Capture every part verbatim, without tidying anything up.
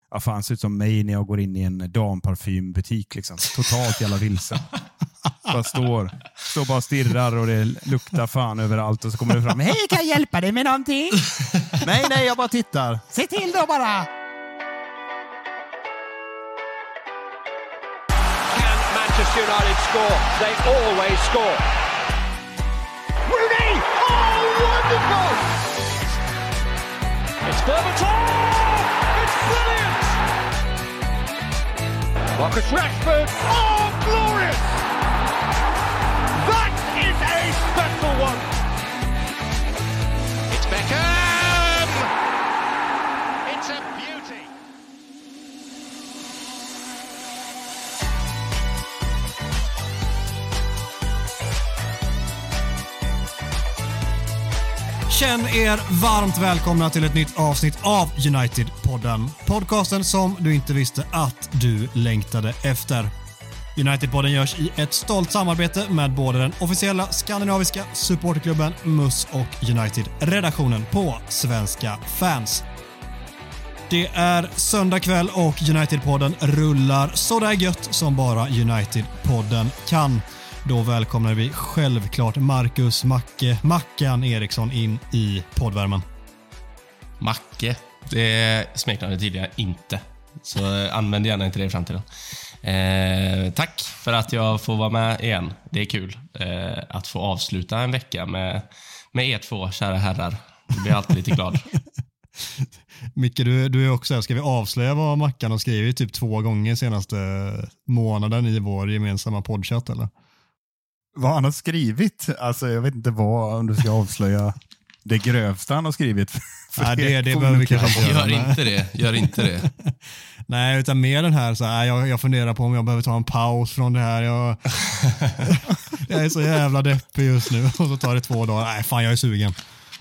ja, fan, ser ut som mig när jag går in i en damparfymbutik liksom. Totalt jävla vilsen. Bara står, står bara och stirrar och det luktar fan överallt och så kommer det fram. Hej, kan jag hjälpa dig med någonting? nej, nej, jag bara tittar. Se till då bara. Can Manchester United score? They always score. Rooney! Oh, wonderful! It's Berbatov! It's brilliant! Marcus Rashford! Oh, glorious! That is a special one! It's Beckham! It's a beauty! Känn er varmt välkomna till ett nytt avsnitt av United-podden. Podcasten som du inte visste att du längtade efter. United-podden görs i ett stolt samarbete med både den officiella skandinaviska supporterklubben M U S och United-redaktionen på Svenska Fans. Det är söndag kväll och United-podden rullar så där gött som bara United-podden kan. Då välkomnar vi självklart Marcus Macke Mackan Eriksson in i poddvärmen. Macke, det smeknade tidigare inte. Så använd gärna inte det i framtiden. Eh, tack för att jag får vara med igen. Det är kul eh, att få avsluta en vecka med, med er två, kära herrar. Jag blir alltid lite glad. Micke, du, du är också här. Ska vi avslöja vad Mackan har skrivit typ två gånger senaste månaden i vår gemensamma poddchatt, eller? Vad han har skrivit? Alltså jag vet inte vad, om du ska avslöja det grövsta han har skrivit. Nej, det, det behöver vi kanske inte göra. Gör inte det, gör inte det. Nej, utan mer den här så här, jag, jag funderar på om jag behöver ta en paus från det här. Jag, jag är så jävla deppig just nu och så tar det två dagar. Nej, fan jag är sugen.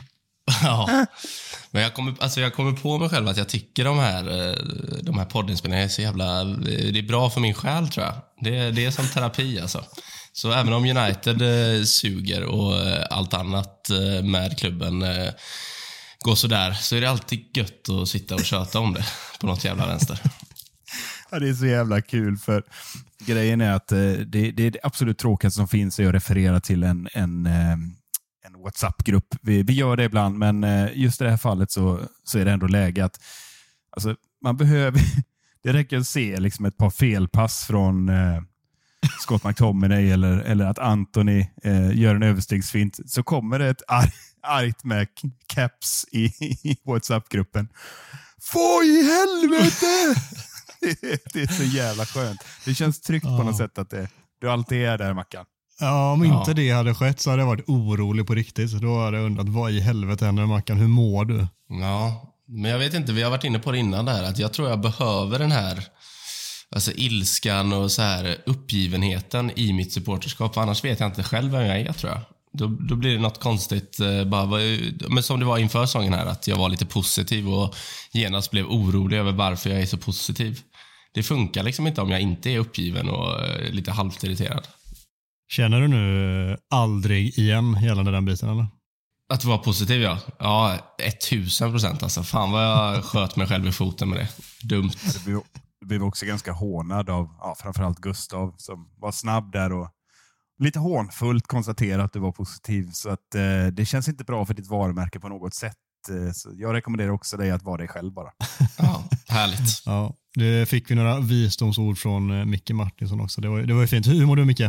Ja. Men jag kommer, alltså jag kommer på mig själv att jag tycker de här, de här poddinspelningarna är så jävla, det är bra för min själ tror jag. Det, det är som terapi alltså. Så även om United eh, suger och eh, allt annat eh, med klubben eh, går så där, så är det alltid gött att sitta och köta om det på något jävla vänster. Ja, det är så jävla kul för grejen är att eh, det, det är det absolut tråkigaste som finns är att referera till en, en, eh, en WhatsApp-grupp. Vi, vi gör det ibland, men eh, just i det här fallet så, så är det ändå läge att alltså, man behöver, det räcker att se liksom ett par felpass från eh, Scott McTominay eller, eller att Anthony eh, gör en överstegsfint, så kommer det ett ar- argt med caps i, i WhatsApp-gruppen. Få i helvete! det, det är så jävla skönt. Det känns tryggt ja. på något sätt att det, du alltid är där, Mackan. Ja, om inte ja. det hade skett så hade jag varit orolig på riktigt. Så då hade jag undrat, vad i helvete händer, Mackan? Hur mår du? Ja, men jag vet inte, vi har varit inne på det innan där, att jag tror jag behöver den här alltså ilskan och så här uppgivenheten i mitt supporterskap. Annars vet jag inte själv vem jag är, tror jag. Då, då blir det något konstigt. Bara, men som det var inför säsongen här, att jag var lite positiv och genast blev orolig över varför jag är så positiv. Det funkar liksom inte om jag inte är uppgiven och lite halvt irriterad. Känner du nu aldrig igen gällande den biten, eller? Att vara positiv, ja. Ja, tusen procent alltså. Fan vad jag sköt mig själv i foten med det. Dumt. Du blev också ganska hånad av ja, framförallt Gustav som var snabb där och lite hånfullt konstaterade att du var positiv. Så att eh, det känns inte bra för ditt varumärke på något sätt. Eh, så jag rekommenderar också dig att vara dig själv bara. Ja, härligt. Ja, det fick vi några visdomsord från eh, Micke Martinsson också. Det var, det var ju fint. Hur mår du, Micke?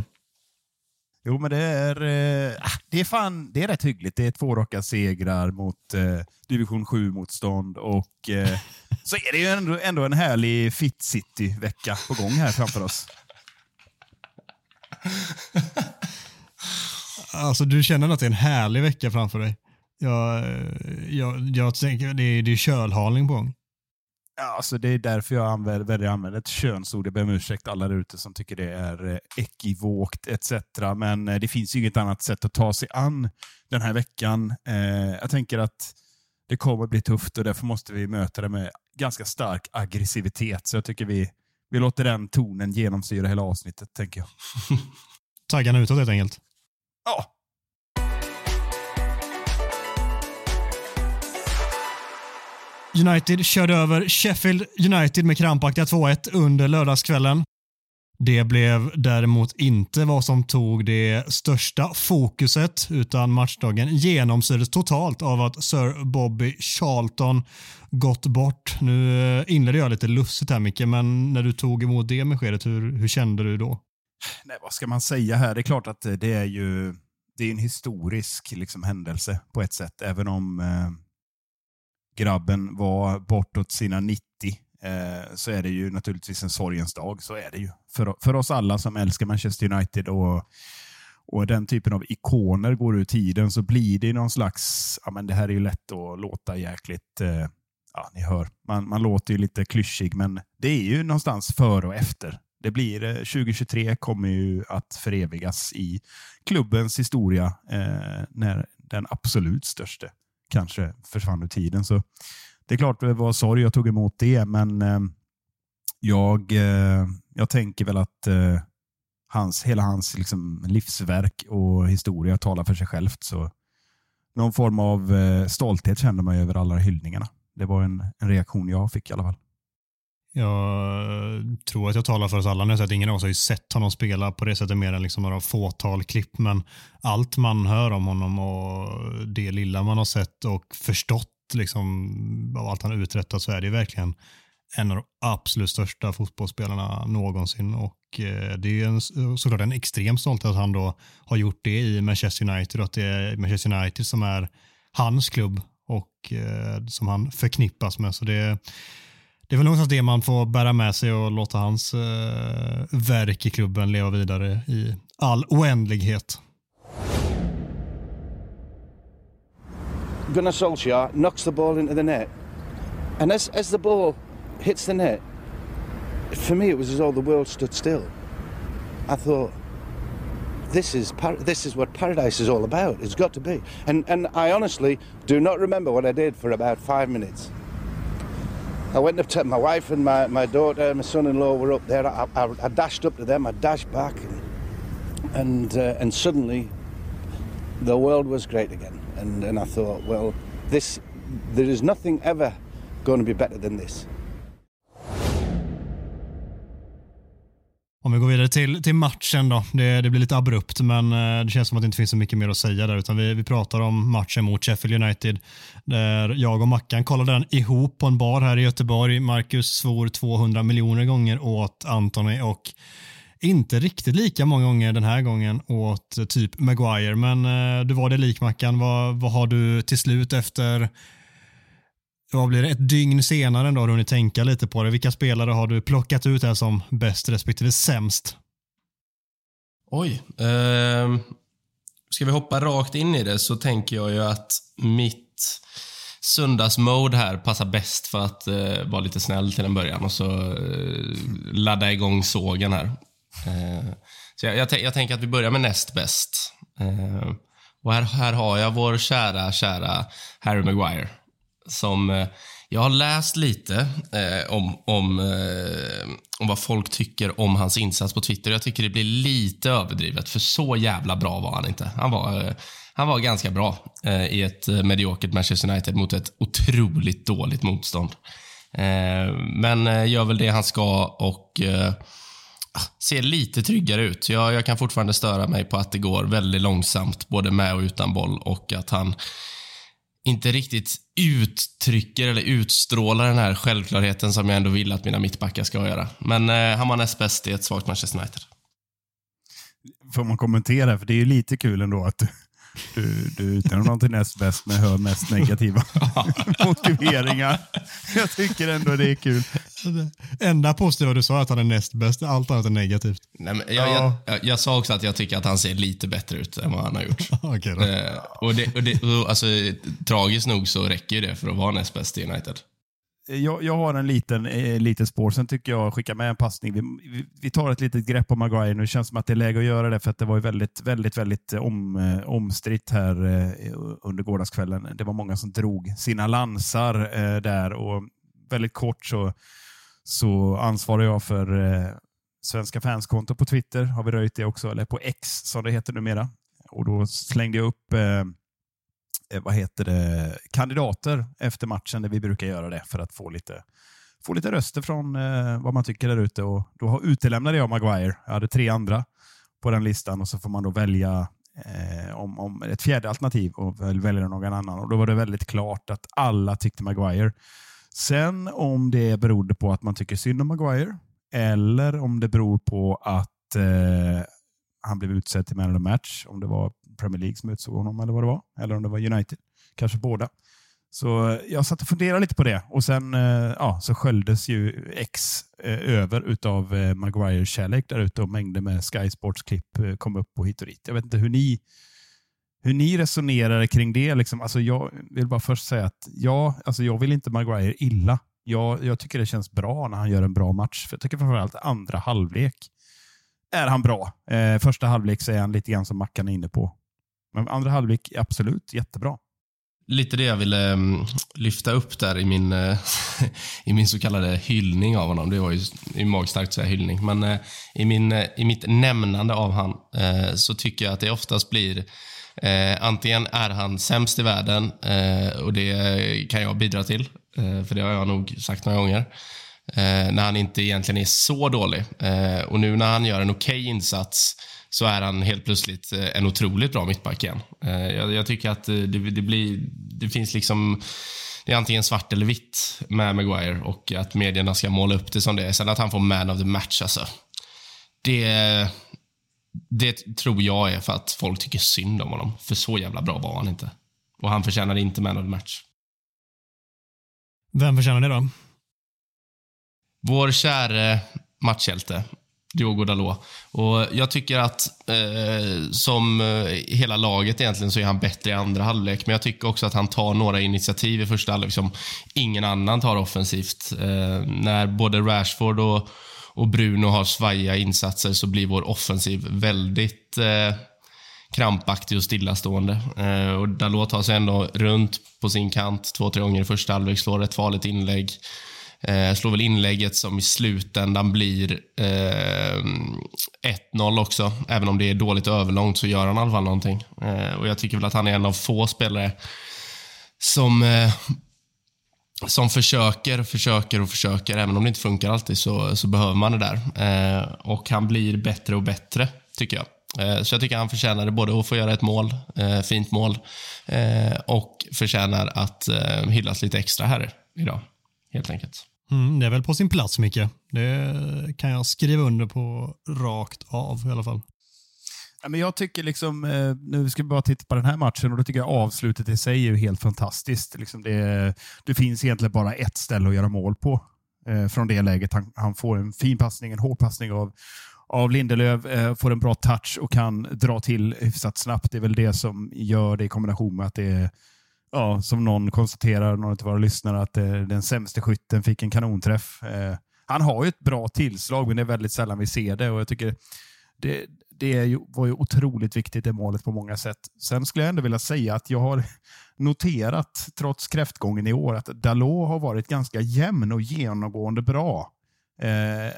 Jo, men det är, eh, det är fan, det är rätt hyggligt. Det är två raka segrar mot eh, division sju-motstånd och eh, så är det ju ändå, ändå en härlig Fit City-vecka på gång här framför oss. Alltså, du känner att det är en härlig vecka framför dig? Jag, jag, jag tänker, det är, det är kölhalning på gång. Ja, alltså det är därför jag använder, väljer att använda ett könsord. Jag ber om ursäkt alla där ute som tycker det är ekivokt et cetera. Men det finns ju inget annat sätt att ta sig an den här veckan. Eh, jag tänker att det kommer bli tufft och därför måste vi möta det med ganska stark aggressivitet. Så jag tycker vi, vi låter den tonen genomsyra hela avsnittet, tänker jag. Taggarna utåt helt enkelt. Ja. United körde över Sheffield United med krampaktiga två ett under lördagskvällen. Det blev däremot inte vad som tog det största fokuset, utan matchdagen genomsyrades totalt av att Sir Bobby Charlton gått bort. Nu inledde jag lite lustigt här, Micke, men när du tog emot det beskedet, hur, hur kände du då? Nej, vad ska man säga här? Det är klart att det är ju det är en historisk liksom, händelse på ett sätt, även om eh, grabben var bortåt sina nittio. Eh, så är det ju naturligtvis en sorgens dag, så är det ju. För, för oss alla som älskar Manchester United och, och den typen av ikoner går ur tiden, så blir det någon slags, ja men det här är ju lätt att låta jäkligt, eh, ja ni hör, man, man låter ju lite klyschig, men det är ju någonstans före och efter. Det blir, eh, tjugo tjugotre kommer ju att förevigas i klubbens historia eh, när den absolut största kanske försvann ur tiden, så det är klart det var sorg jag tog emot det, men eh, jag, eh, jag tänker väl att eh, hans, hela hans liksom, livsverk och historia talar för sig självt. Så någon form av eh, stolthet kände man över alla hyllningarna. Det var en, en reaktion jag fick i alla fall. Jag tror att jag talar för oss alla nu, så att ingen av oss har ju sett honom spela på det sättet mer än liksom några fåtal klipp, men allt man hör om honom och det lilla man har sett och förstått liksom, av allt han uträttat, så är det verkligen en av de absolut största fotbollsspelarna någonsin, och eh, det är en, såklart en extrem stolthet att han då har gjort det i Manchester United, och att det är Manchester United som är hans klubb och eh, som han förknippas med, så det, det är väl någonstans det man får bära med sig och låta hans eh, verk i klubben leva vidare i all oändlighet. Gunnar Solskjaer knocks the ball into the net, and as as the ball hits the net, for me it was as though the world stood still. I thought, this is par- this is what paradise is all about. It's got to be. And and I honestly do not remember what I did for about five minutes. I went up to my wife and my, my daughter, my son-in-law were up there. I, I, I dashed up to them. I dashed back, and and, uh, and suddenly the world was great again. And, and I thought, well, this, there is nothing ever going to be better than this. Om vi går vidare till, till matchen då. Det, det blir lite abrupt, men det känns som att det inte finns så mycket mer att säga där, utan vi, vi pratar om matchen mot Sheffield United, där jag och Mackan kollade den ihop på en bar här i Göteborg. Marcus svor tvåhundra miljoner gånger åt Antony och inte riktigt lika många gånger den här gången åt typ Maguire, men eh, du var det lik, Mackan. Vad, vad har du till slut efter, vad blir det, ett dygn senare då, har du tänka lite på det? Vilka spelare har du plockat ut här som bäst respektive sämst? Oj, eh, ska vi hoppa rakt in i det, så tänker jag ju att mitt söndagsmode här passar bäst för att eh, vara lite snäll till en början och så eh, ladda igång sågen här. Eh, så jag, jag, t- jag tänker att vi börjar med näst bäst. Eh, och här, här har jag vår kära, kära Harry Maguire, som eh, jag har läst lite eh, om, om, eh, om vad folk tycker om hans insats på Twitter. Jag tycker det blir lite överdrivet, för så jävla bra var han inte. Han var, eh, han var ganska bra eh, i ett eh, mediokert Manchester United mot ett otroligt dåligt motstånd. Eh, men eh, gör väl det han ska och eh, ser lite tryggare ut. Jag, jag kan fortfarande störa mig på att det går väldigt långsamt både med och utan boll, och att han inte riktigt uttrycker eller utstrålar den här självklarheten som jag ändå vill att mina mittbackar ska göra. Men eh, han var näst bäst i ett svagt Manchester United. Får man kommentera, för det är ju lite kul ändå att du, du utan någon till näst bäst men hör mest negativa motiveringar. Jag tycker ändå det är kul. Enda positiva du sa att han är näst bäst, allt annat är negativt. Nej, men jag, ja. jag, jag, jag sa också att jag tycker att han ser lite bättre ut än vad han har gjort. Okay, då. Eh, och det, och det, och, alltså, tragiskt nog så räcker ju det för att vara näst bäst i United. Jag, jag har en liten, eh, liten spår. Sen tycker jag skicka med en passning. Vi, vi, vi tar ett litet grepp på Maguire nu. Det känns som att det är läge att göra det, för att det var ju väldigt, väldigt, väldigt om, eh, omstritt här eh, under gårdagskvällen. Det var många som drog sina lansar eh, där, och väldigt kort så, så ansvarar jag för eh, svenska fanskonto på Twitter. Har vi röjt det också, eller på X som det heter numera. Och då slängde jag upp eh, eh, vad heter det, kandidater efter matchen där vi brukar göra det för att få lite, få lite röster från eh, vad man tycker där ute. Och då utelämnade jag Maguire. Jag hade tre andra på den listan och så får man då välja eh, om, om ett fjärde alternativ och väl välja någon annan. Och då var det väldigt klart att alla tyckte Maguire. Sen om det berodde på att man tycker synd om Maguire eller om det beror på att eh, han blev utsedd till man of the match, om det var Premier League som utsåg honom eller vad det var, eller om det var United, kanske båda. Så jag satt och funderade lite på det och sen eh, ja, så sköljdes ju X eh, över utav eh, Maguires kärlek där ute och mängder med Sky Sports-klipp eh, kom upp och hit och dit. Jag vet inte hur ni hur ni resonerar kring det. Liksom. Alltså jag vill bara först säga att ja, alltså jag vill inte Maguire illa. Jag, jag tycker det känns bra när han gör en bra match. För jag tycker framförallt andra halvlek är han bra. Eh, första halvlek så är han lite grann som Mackan är inne på. Men andra halvlek är absolut jättebra. Lite det jag ville um, lyfta upp där i min, uh, i min så kallade hyllning av honom. Det var ju i magstarkt att säga hyllning. Men uh, i, min, uh, i mitt nämnande av han uh, så tycker jag att det oftast blir uh, antingen är han sämst i världen uh, och det kan jag bidra till. Uh, för det har jag nog sagt några gånger. Uh, när han inte egentligen är så dålig. Uh, och nu när han gör en okej insats så är han helt plötsligt en otroligt bra mittback igen. Jag, jag tycker att det, det blir det finns liksom det är antingen svart eller vitt med Maguire och att medierna ska måla upp det som det är. Sen att han får man of the match alltså. Det, det tror jag är för att folk tycker synd om honom. För så jävla bra var han inte. Och han förtjänar inte man of the match. Vem förtjänar det då? Vår käre matchhjälte Diogo Dalot. Och jag tycker att eh, som eh, hela laget egentligen så är han bättre i andra halvlek. Men jag tycker också att han tar några initiativ i första halvlek som ingen annan tar offensivt. Eh, när både Rashford och, och Bruno har svajiga insatser så blir vår offensiv väldigt eh, krampaktig och stillastående. Eh, och Dalot tar sig ändå runt på sin kant två, tre gånger i första halvlek, slår ett farligt inlägg. Eh, slår väl inlägget som i slutändan blir eh, ett noll också. Även om det är dåligt överlångt så gör han i alla fall någonting. Eh, och jag tycker väl att han är en av få spelare som, eh, som försöker, försöker och försöker. Även om det inte funkar alltid så, så behöver man det där. Eh, och han blir bättre och bättre, tycker jag. Eh, så jag tycker han förtjänar både att få göra ett mål, eh, fint mål. Eh, och förtjänar att eh, hyllas lite extra här idag. Helt enkelt. Mm, det är väl på sin plats, Micke. Det kan jag skriva under på rakt av i alla fall. Ja, men jag tycker liksom, nu ska vi bara titta på den här matchen och då tycker jag avslutet i sig är ju helt fantastiskt. Liksom det, det finns egentligen bara ett ställe att göra mål på eh, från det läget. Han, han får en fin passning, en hård passning av, av Lindelöf, eh, får en bra touch och kan dra till hyfsat snabbt. Det är väl det som gör det i kombination med att det är ja, som någon konstaterar, någon av våra lyssnare, att eh, den sämste skytten fick en kanonträff. Eh, han har ju ett bra tillslag, men det är väldigt sällan vi ser det. Och jag tycker det, det är ju, var ju otroligt viktigt det målet på många sätt. Sen skulle jag ändå vilja säga att jag har noterat, trots kräftgången i år, att Dalot har varit ganska jämn och genomgående bra. Eh,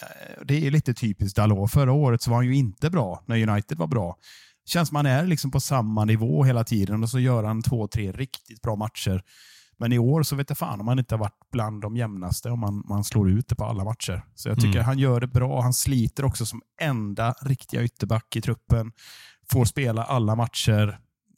det är lite typiskt Dalot. Förra året så var han ju inte bra när United var bra. Känns som man är liksom på samma nivå hela tiden och så gör han två, tre riktigt bra matcher. Men i år så vet jag fan om han inte har varit bland de jämnaste om man, man slår ut det på alla matcher. Så jag tycker mm. han gör det bra. Han sliter också som enda riktiga ytterback i truppen. Får spela alla matcher.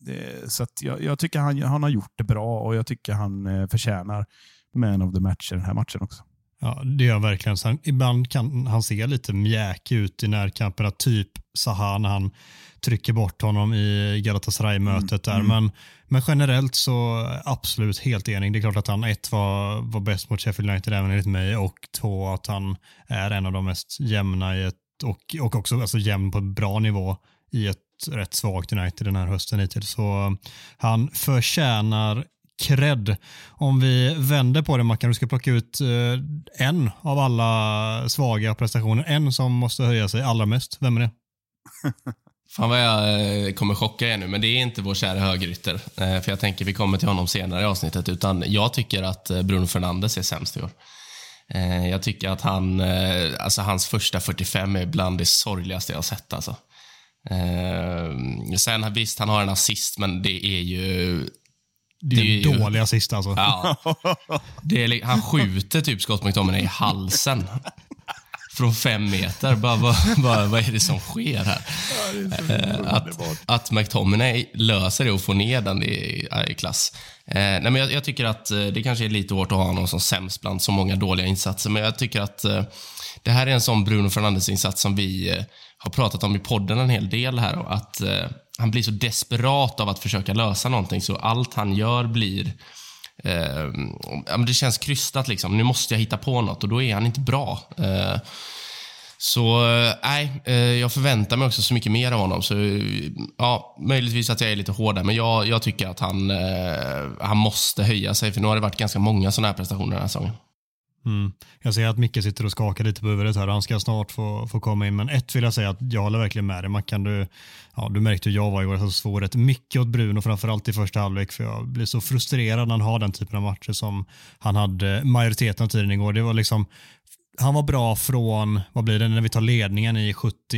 Så att jag, jag tycker han, han har gjort det bra och jag tycker han förtjänar man of the match i den här matchen också. Ja, det gör verkligen. Så han, ibland kan han se lite mjäk ut i närkamperna, typ Zaha när han trycker bort honom i Galatasaray-mötet mm, där. Mm. Men, men generellt så absolut helt enig. Det är klart att han ett var, var bäst mot Sheffield United även enligt mig och två att han är en av de mest jämna i ett, och, och också alltså jämn på ett bra nivå i ett rätt svagt United den här hösten hittills. Så han förtjänar cred. Om vi vänder på det, Mackan, du ska plocka ut eh, en av alla svaga prestationer. En som måste höja sig allra mest. Vem är det? Fan vad jag kommer chocka er nu, men det är inte vår kära högerytter. Eh, för jag tänker vi kommer till honom senare i avsnittet. Utan jag tycker att Bruno Fernandes är sämst i år. Eh, jag tycker att han, eh, alltså hans första fyrtiofem är bland det sorgligaste jag har sett. Alltså. Eh, sen visst, han har en assist, men det är ju det är, det är ju dålig assist alltså. Ja. Det är, han skjuter typ Scott McTominay i halsen. Från fem meter. Bara, vad, vad, vad är det som sker här? Ja, eh, att, att McTominay löser det och får ner den i, i klass. Eh, nej, men jag, jag tycker att eh, det kanske är lite hårt att ha någon som sämst bland så många dåliga insatser. Men jag tycker att eh, det här är en sån Bruno Fernandes-insats som vi eh, har pratat om i podden en hel del här. Och att eh, han blir så desperat av att försöka lösa någonting. Så allt han gör blir... Eh, det känns krystat liksom. Nu måste jag hitta på något och då är han inte bra. Eh, så nej, eh, jag förväntar mig också så mycket mer av honom. Så ja, möjligtvis att jag är lite hårdare, men jag, jag tycker att han, eh, han måste höja sig, för nu har det varit ganska många sådana här prestationer den här säsongen. Mm. Jag ser att Micke sitter och skakar lite på huvudet här. Han ska snart få, få komma in. Men ett vill jag säga att jag håller verkligen med dig. Man kan du, ja, du märkte hur jag var igår så svår rätt mycket åt Bruno, framförallt i första halvlek. För jag blir så frustrerad när han har den typen av matcher som han hade majoriteten av tiden igår. Det var liksom, han var bra från, vad blir det, när vi tar ledningen i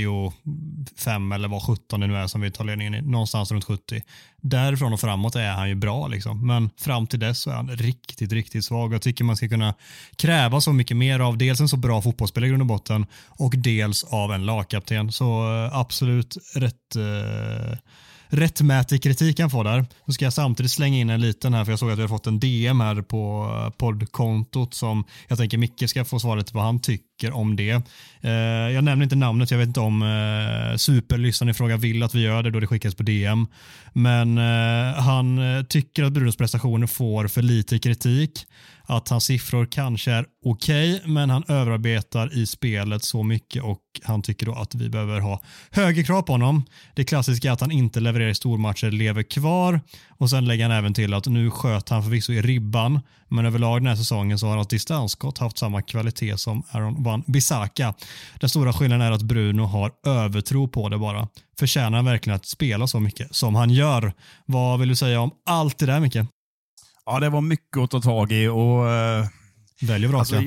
sjuttiofem eller vad sjutton det nu är som vi tar ledningen i, någonstans runt sjuttio. Därifrån och framåt är han ju bra liksom. Men fram till dess så är han riktigt, riktigt svag. Jag tycker man ska kunna kräva så mycket mer av dels en så bra fotbollsspelare i grund och botten och dels av en lagkapten. Så absolut rätt... Eh, rättmätig kritik han får där. Så ska jag samtidigt slänga in en liten här, för jag såg att vi har fått en D M här på poddkontot som jag tänker Micke ska få svara lite på vad han tycker om det. Eh, jag nämner inte namnet, jag vet inte om eh, superlyssnaren i fråga vill att vi gör det då det skickas på D M. Men eh, han tycker att Brunos prestationer får för lite kritik. Att hans siffror kanske är okej, okay, men han överarbetar i spelet så mycket och han tycker då att vi behöver ha högre krav på honom. Det klassiska är att han inte levererar i stormatcher, lever kvar, och sen lägger han även till att nu sköt han förvisso i ribban, men överlag den här säsongen så har hans distansskott haft samma kvalitet som Aaron Wan-Bissaka. Den stora skillnaden är att Bruno har övertro på det bara. Förtjänar han verkligen att spela så mycket som han gör? Vad vill du säga om allt det där, Micke? Ja, det var mycket att ta tag i och... Uh, Väljer bra. Alltså,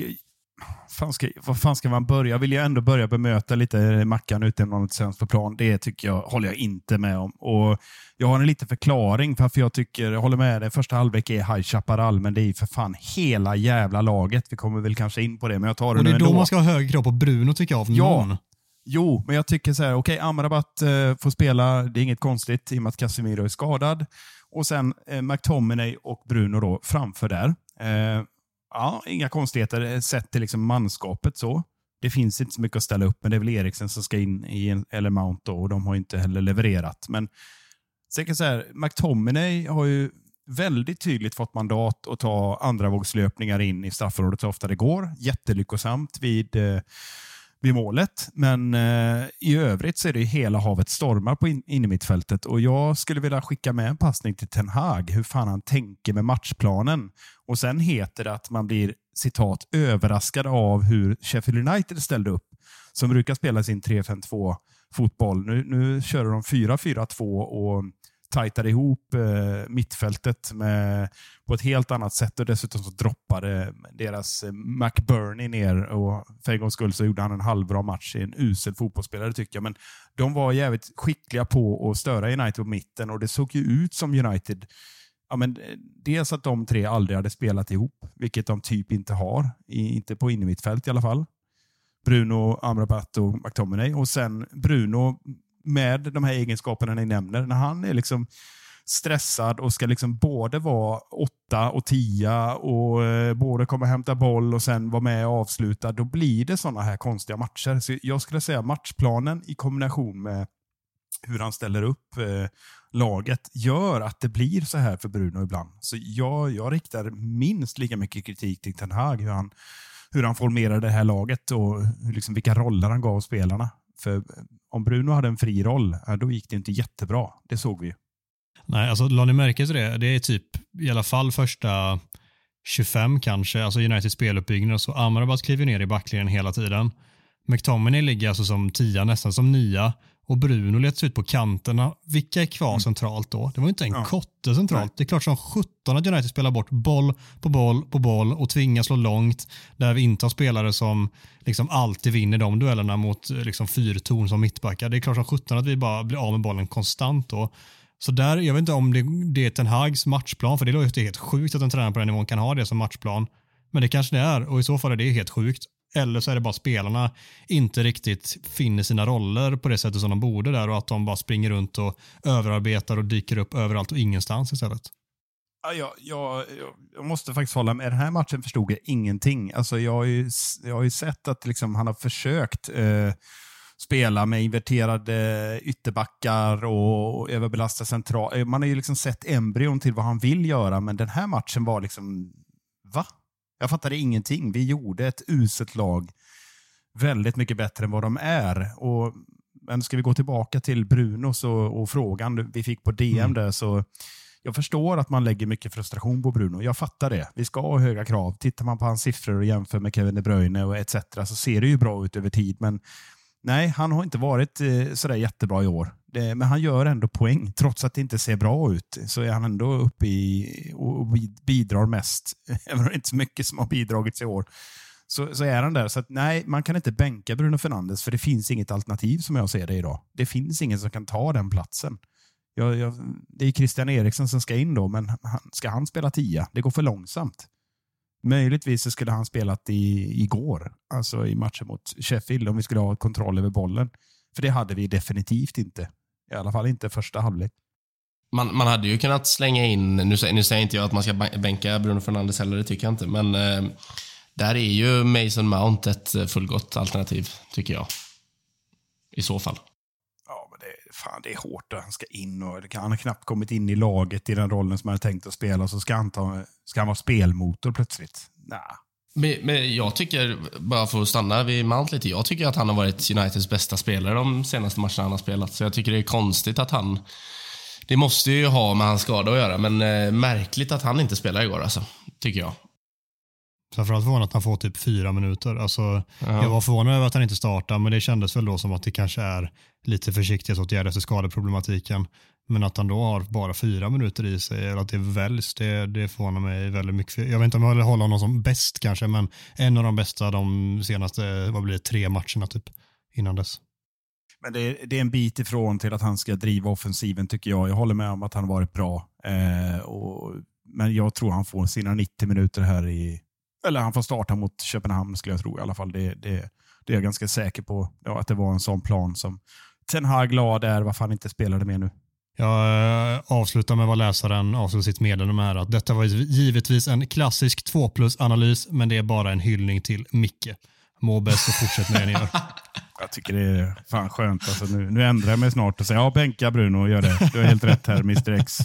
fan ska, vad fan ska man börja? Vill jag ändå börja bemöta lite Mackan utan något sämst på plan? Det tycker jag, håller jag inte med om. Och jag har en liten förklaring varför jag tycker, jag håller med dig, första halvlek är High Chaparral, men det är för fan hela jävla laget. Vi kommer väl kanske in på det, men jag tar det. Och det är nu då ändå. Man ska ha högre krav på Bruno tycker jag av ja. någon. Jo, men jag tycker så här, okej, okay, Amrabat eh, får spela, det är inget konstigt i och med att Casemiro är skadad. Och sen eh, McTominay och Bruno då framför där. Eh, ja, inga konstigheter sett till liksom manskapet så. Det finns inte så mycket att ställa upp, men det är väl Eriksen som ska in i en, eller Mount då, och de har inte heller levererat. Men så jag kan säga, McTominay har ju väldigt tydligt fått mandat att ta andra vågslöpningar in i straffområdet så ofta det går. Jättelyckosamt vid... Eh, vid målet, men eh, i övrigt så är det hela havet stormar på in, in i mittfältet, och jag skulle vilja skicka med en passning till Ten Hag, hur fan han tänker med matchplanen, och sen heter det att man blir citat överraskad av hur Sheffield United ställde upp, som brukar spela sin tre fem två fotboll. Nu, nu kör de fyra fyra två och tajtar ihop eh, mittfältet med, på ett helt annat sätt, och dessutom så droppade deras eh, McBurney ner, och för en gångs skull så gjorde han en halvbra match i en usel fotbollsspelare tycker jag, men de var jävligt skickliga på att störa United på mitten, och det såg ju ut som United, ja men dels att de tre aldrig hade spelat ihop, vilket de typ inte har, i, inte på innermittfält i alla fall. Bruno, Amrabat och McTominay, och sen Bruno med de här egenskaperna ni nämner, när han är liksom stressad och ska liksom både vara åtta och tia och eh, både komma och hämta boll och sen vara med och avsluta, då blir det sådana här konstiga matcher. Så jag skulle säga matchplanen i kombination med hur han ställer upp eh, laget gör att det blir så här för Bruno ibland. Så jag, jag riktar minst lika mycket kritik till Ten Hag, hur han, hur han formerar det här laget och hur, liksom, vilka roller han gav spelarna. För om Bruno hade en fri roll, då gick det inte jättebra. Det såg vi. Nej, alltså la ni märke till det? Det är typ i alla fall första tjugofem kanske, alltså Uniteds speluppbyggnad, så Amrabat kliver ner i backlinjen hela tiden. McTominay ligger alltså som tia, nästan som nia, och Bruno leds ut på kanterna. Vilka är kvar mm. centralt då? Det var inte en ja. kotte centralt. Nej. Det är klart som sjutton att United spelar bort boll på boll på boll och tvingas slå långt, där vi inte har spelare som liksom alltid vinner de duellerna mot liksom fyrtorn som mittbackar. Det är klart som sjutton att vi bara blir av med bollen konstant då. Så där, jag vet inte om det, det är Ten Hags matchplan, för det låter helt sjukt att en tränare på den nivån kan ha det som matchplan. Men det kanske det är, och i så fall är det helt sjukt. Eller så är det bara spelarna inte riktigt finner sina roller på det sättet som de borde där, och att de bara springer runt och överarbetar och dyker upp överallt och ingenstans istället. Ja, jag, jag, jag måste faktiskt hålla med. Den här matchen förstod jag ingenting. Alltså jag har ju, jag har ju sett att liksom han har försökt eh, spela med inverterade ytterbackar och överbelasta central. Man har ju liksom sett embryon till vad han vill göra, men den här matchen var liksom, va? Jag fattade ingenting. Vi gjorde ett uselt lag väldigt mycket bättre än vad de är. Och, men ska vi gå tillbaka till Bruno så, och frågan vi fick på D M mm. där, så jag förstår att man lägger mycket frustration på Bruno. Jag fattar det. Vi ska ha höga krav. Tittar man på hans siffror och jämför med Kevin De Bruyne och et cetera så ser det ju bra ut över tid. Men nej, han har inte varit eh, sådär jättebra i år. Det, men han gör ändå poäng. Trots att det inte ser bra ut så är han ändå uppe i och bidrar mest. Även om det inte så mycket som har bidragit i år. Så, så är han där. Så att, nej, man kan inte bänka Bruno Fernandes för det finns inget alternativ som jag ser det idag. Det finns ingen som kan ta den platsen. Jag, jag, det är Christian Eriksen som ska in då, men han, ska han spela tia? Det går för långsamt. Möjligtvis så skulle han spelat i, igår, alltså i matchen mot Sheffield, om vi skulle ha kontroll över bollen. För det hade vi definitivt inte. I alla fall inte första halvlek. Man, man hade ju kunnat slänga in, nu, nu säger inte jag att man ska bänka Bruno Fernandes heller, det tycker jag inte. Men eh, där är ju Mason Mount ett fullgott alternativ, tycker jag. I så fall. Ja, men det, fan, det är hårt att han ska in och han har knappt kommit in i laget i den rollen som han hade tänkt att spela, så ska han, ta, ska han vara spelmotor plötsligt. Nej. Men, men jag tycker, bara för att stanna vid Mount lite, jag tycker att han har varit Uniteds bästa spelare de senaste matcherna han har spelat. Så jag tycker det är konstigt att han, det måste ju ha med hans skada att göra, men eh, märkligt att han inte spelar igår alltså, tycker jag. Framförallt förvånad att han får typ fyra minuter. Alltså, ja. Jag var förvånad över att han inte startar, men det kändes väl då som att det kanske är lite försiktighetsåtgärder efter skadeproblematiken. Men att han då har bara fyra minuter i sig, eller att det väljs, det, det förvånar mig väldigt mycket. Jag vet inte om jag vill hålla honom som bäst kanske, men en av de bästa de senaste, vad blir det, tre matcherna typ innan dess. Men det är, det är en bit ifrån till att han ska driva offensiven, tycker jag. Jag håller med om att han har varit bra. Eh, och, men jag tror han får sina nittio minuter här i... Eller han får starta mot Köpenhamn, skulle jag tro i alla fall. Det, det, det är jag ganska säker på. Ja, att det var en sån plan som Ten Hag la där, varför han inte spelade med nu. Jag avslutar med vad läsaren avslutar sitt meddelande med, att detta var givetvis en klassisk två plus-analys, men det är bara en hyllning till Micke. Må bäst och fortsätt med det ni gör. Jag tycker det är fan skönt. Alltså nu, nu ändrar jag mig snart och säger, ja, bänka Bruno och gör det. Du har helt rätt här, mister X.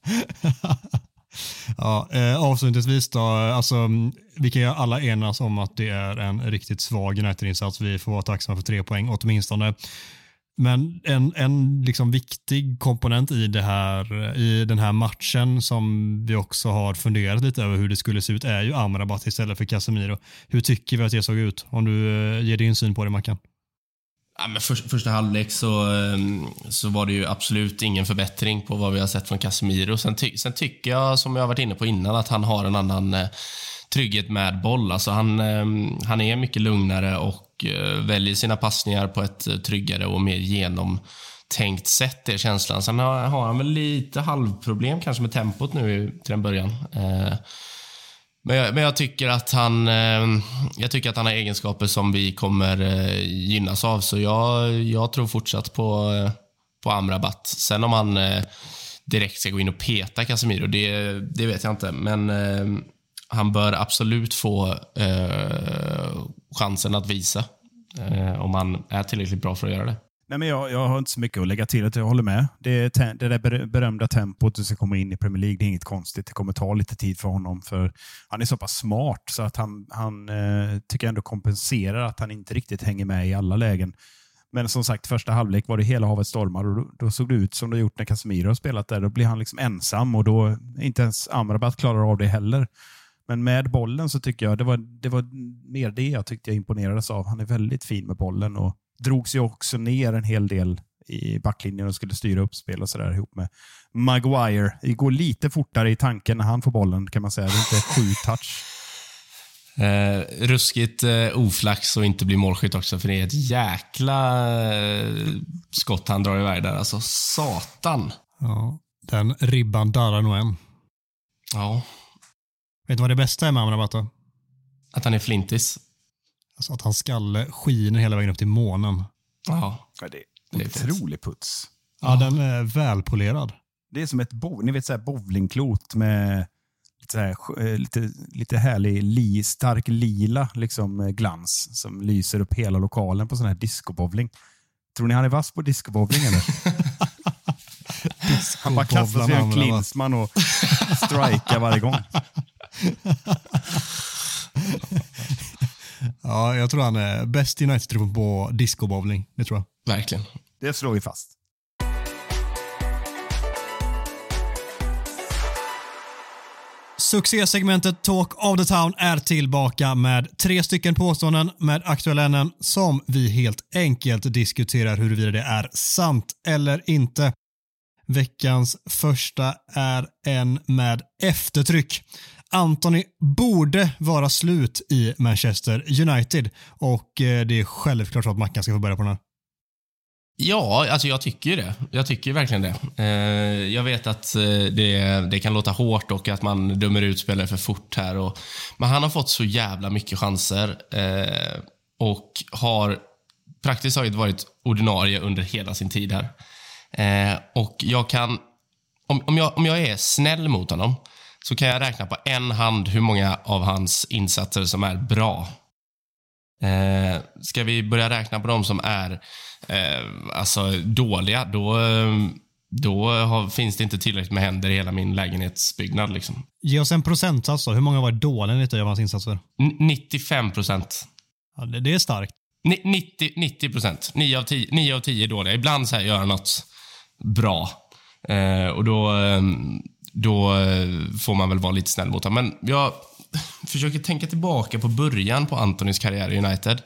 Ja, eh, avslutningsvis då, alltså, vi kan ju alla enas om att det är en riktigt svag United-insats. Vi får vara tacksamma för tre poäng åtminstone. Men en, en liksom viktig komponent i, det här, i den här matchen som vi också har funderat lite över hur det skulle se ut är ju Amrabat istället för Casemiro. Hur tycker vi att det såg ut? Om du eh, ger din syn på det, Mackan. Ja, men för, första halvlek så, så var det ju absolut ingen förbättring på vad vi har sett från Casemiro. Sen, ty, sen tycker jag, som jag har varit inne på innan, att han har en annan eh, trygghet med boll. Alltså han, eh, han är mycket lugnare och eh, väljer sina passningar på ett eh, tryggare och mer genomtänkt sätt, det är känslan. Sen har, har han väl lite halvproblem kanske med tempot nu till den början. Eh, Men jag, men jag tycker att han eh, jag tycker att han har egenskaper som vi kommer eh, gynnas av, så jag, jag tror fortsatt på, eh, på Amrabat. Sen om han eh, direkt ska gå in och peta Casemiro, det, det vet jag inte, men eh, han bör absolut få eh, chansen att visa eh, om han är tillräckligt bra för att göra det. Nej, men jag, jag har inte så mycket att lägga till, att jag håller med. Det, te- det där berömda tempot att komma in i Premier League, det är inget konstigt. Det kommer ta lite tid för honom, för han är så pass smart så att han, han eh, tycker ändå kompenserar att han inte riktigt hänger med i alla lägen. Men som sagt, första halvlek var det hela havet stormar och då, då såg det ut som det gjort när Casemiro har spelat där. Då blir han liksom ensam och då inte ens Amrabat klarar av det heller. Men med bollen så tycker jag det var, det var mer det jag tyckte jag imponerades av. Han är väldigt fin med bollen och drog sig också ner en hel del i backlinjen och skulle styra upp spel och sådär ihop med Maguire. Det går lite fortare i tanken när han får bollen, kan man säga. Det är inte sju touch. Eh, ruskigt eh, oflax och inte bli målskytt också, för det är ett jäkla eh, skott han drar iväg där. Alltså, satan. Ja. Den ribban darrar nog än. Ja. Vet du vad det bästa är med Amrabat då? Att han är flintis. Alltså att hans skalle skiner hela vägen upp till månen. Ja. Ja, det är Det är otrolig puts. Ja, ja, den är välpolerad. Det är som ett bo- ni vet, så här bowlingklot med lite, så här, lite, lite härlig, li, stark lila liksom, glans som lyser upp hela lokalen på sån här discobowling. Tror ni han är vass på discobowling eller? Han bara kastar sig en Klinsmann och strikar varje gång. Ja, jag tror han är bäst i United-truppen på discobowling. Det tror jag. Verkligen. Det slår vi fast. Succésegmentet Talk of the Town är tillbaka med tre stycken påståenden med aktuella ämnen som vi helt enkelt diskuterar huruvida det är sant eller inte. Veckans första är en med eftertryck. Anthony borde vara slut i Manchester United och det är självklart så att Mackan ska få börja på den här. Ja, alltså jag tycker ju det. Jag tycker verkligen det. Eh, jag vet att eh, det, det kan låta hårt och att man dömer ut spelare för fort här. Och, men han har fått så jävla mycket chanser eh, och har praktiskt taget varit ordinarie under hela sin tid här. Eh, och jag kan, om, om, jag, om jag är snäll mot honom så kan jag räkna på en hand hur många av hans insatser som är bra. Eh, ska vi börja räkna på dem som är eh, alltså dåliga, då, då har, finns det inte tillräckligt med händer i hela min lägenhetsbyggnad liksom. Ge oss en procentsats då. Hur många var dåliga enligt dig av hans insatser? N- nittiofem procent. Ja, det, det är starkt. N- nittio, nittio procent. nio av tio, nio av tio är dåliga. Ibland så här gör han något bra. Eh, och då, eh, då får man väl vara lite snäll mot honom. Men jag försöker tänka tillbaka på början på Antonys karriär i United.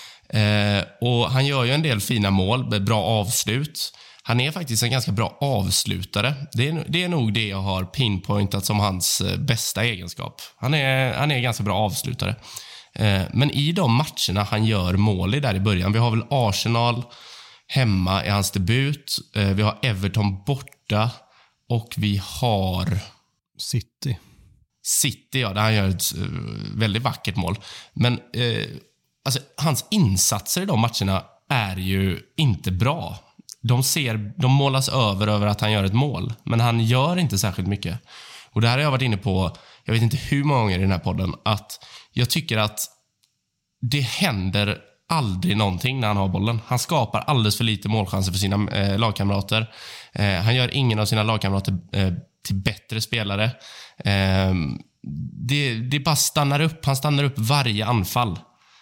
Eh, och han gör ju en del fina mål med bra avslut. Han är faktiskt en ganska bra avslutare. Det är, det är nog det jag har pinpointat som hans bästa egenskap. Han är, han är en ganska bra avslutare. Eh, men i de matcherna han gör mål i där i början. Vi har väl Arsenal hemma i hans debut. Eh, vi har Everton borta. Och vi har City. City, ja, där han gör ett uh, väldigt vackert mål. Men uh, alltså, hans insatser i de matcherna är ju inte bra. De, ser, de målas över över att han gör ett mål. Men han gör inte särskilt mycket. Och det här har jag varit inne på, jag vet inte hur många gånger i den här podden, att jag tycker att det händer aldrig någonting när han har bollen. Han skapar alldeles för lite målchanser för sina eh, lagkamrater. Eh, han gör ingen av sina lagkamrater eh, till bättre spelare. Eh, det, det bara stannar upp. Han stannar upp varje anfall.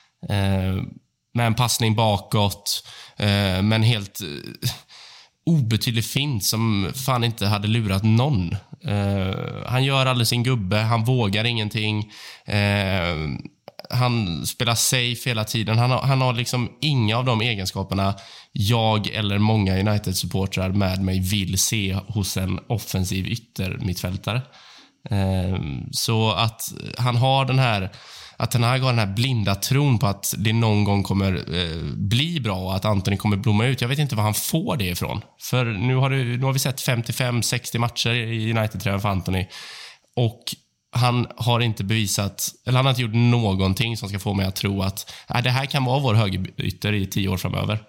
Eh, med en passning bakåt. Eh, med en helt eh, obetydlig fint som fan inte hade lurat någon. Eh, han gör aldrig sin gubbe. Han vågar ingenting. Eh, han spelar safe hela tiden. Han har, han har liksom inga av de egenskaperna jag eller många United-supportrar med mig vill se hos en offensiv yttermittfältare. Eh, så att han har den här att han har den här blinda tron på att det någon gång kommer eh, bli bra och att Anthony kommer blomma ut. Jag vet inte var han får det ifrån. För nu har, det, nu har vi sett femtiofem sextio matcher i United-tröjan för Anthony. Och han har inte bevisat, eller han har inte gjort någonting som ska få mig att tro att äh, det här kan vara vår högerytter i tio år framöver.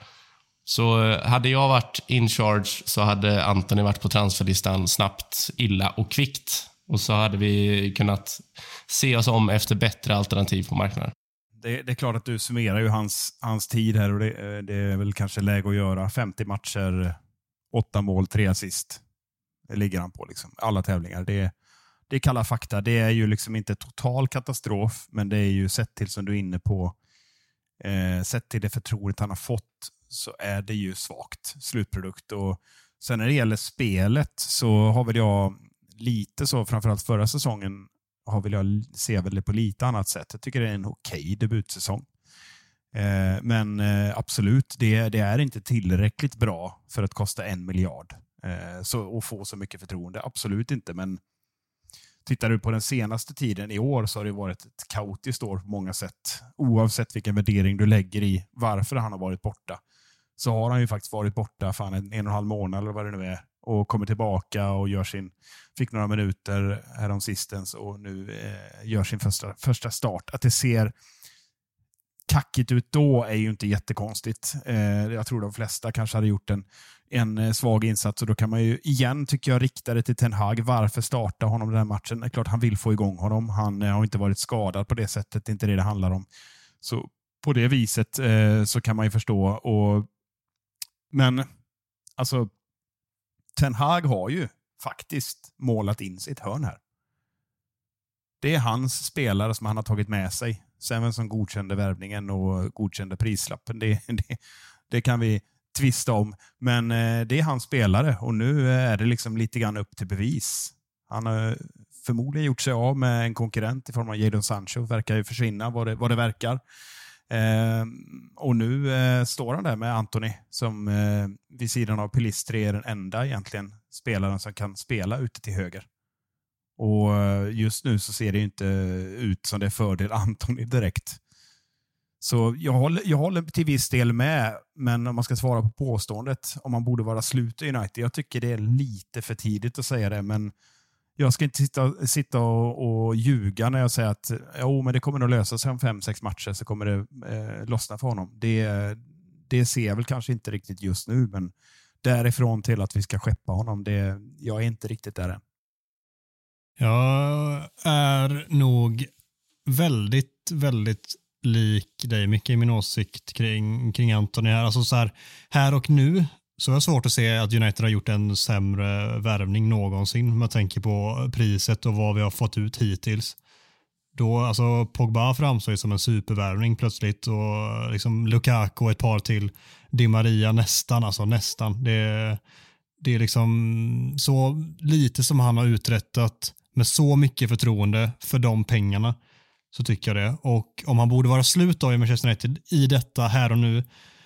Så hade jag varit in charge så hade Anthony varit på transferlistan snabbt, illa och kvickt. Och så hade vi kunnat se oss om efter bättre alternativ på marknaden. Det, det är klart att du summerar ju hans, hans tid här och det, det är väl kanske läge att göra femtio matcher, åtta mål, tre assist. Det ligger han på liksom. Alla tävlingar. Det, det är kalla fakta. Det är ju liksom inte total katastrof, men det är ju sett till som du är inne på, eh, sett till det förtroendet han har fått, så är det ju svagt slutprodukt. Och sen när det gäller spelet så har väl jag lite så, framförallt förra säsongen har väl jag se väl det på lite annat sätt. Jag tycker det är en okej debutsäsong. Eh, men eh, absolut, det, det är inte tillräckligt bra för att kosta en miljard. Eh, så, och få så mycket förtroende. Absolut inte, men tittar du på den senaste tiden i år så har det varit ett kaotiskt år på många sätt. Oavsett vilken värdering du lägger i varför han har varit borta. Så har han ju faktiskt varit borta fan en, en och en halv månad eller vad det nu är och kommer tillbaka och gör sin, fick några minuter härom sistens och nu eh, gör sin första, första start. Att det ser kackigt ut då är ju inte jättekonstigt. Eh, jag tror de flesta kanske hade gjort en, en svag insats och då kan man ju igen, tycker jag, rikta det till Ten Hag. Varför starta honom den här matchen? Det är klart han vill få igång honom. Han eh, har inte varit skadad på det sättet. Det är inte det det handlar om. Så på det viset eh, så kan man ju förstå. Och, men alltså Ten Hag har ju faktiskt målat in sitt hörn här. Det är hans spelare som han har tagit med sig. Sen vem som godkände värvningen och godkände prislappen, det, det, det kan vi tvista om. Men eh, det är hans spelare och nu är det liksom lite grann upp till bevis. Han har förmodligen gjort sig av med en konkurrent i form av Jadon Sancho. Verkar ju försvinna vad det, vad det verkar. Eh, och nu eh, står han där med Antony som eh, vid sidan av Pellistri är den enda egentligen spelaren som kan spela ute till höger. Och just nu så ser det inte ut som det är fördel Antony direkt. Så jag håller, jag håller till viss del med, men om man ska svara på påståendet om man borde vara slut i United, jag tycker det är lite för tidigt att säga det, men jag ska inte sitta, sitta och, och ljuga när jag säger att jo, men det kommer nog lösa sig om fem, sex matcher så kommer det eh, lossna för honom. Det, det ser jag väl kanske inte riktigt just nu, men därifrån till att vi ska skeppa honom, det, jag är inte riktigt där än. Jag är nog väldigt, väldigt lik dig mycket i min åsikt kring, kring Antony här. Alltså så här, här och nu så är det svårt att se att United har gjort en sämre värvning någonsin. Man tänker på priset och vad vi har fått ut hittills. Då, alltså Pogba framstår ju som en supervärvning plötsligt och liksom Lukaku och ett par till. Di Maria nästan, alltså nästan. Det, det är liksom så lite som han har uträttat med så mycket förtroende för de pengarna, så tycker jag det. Och om han borde vara slut då i Manchester United i detta här och nu,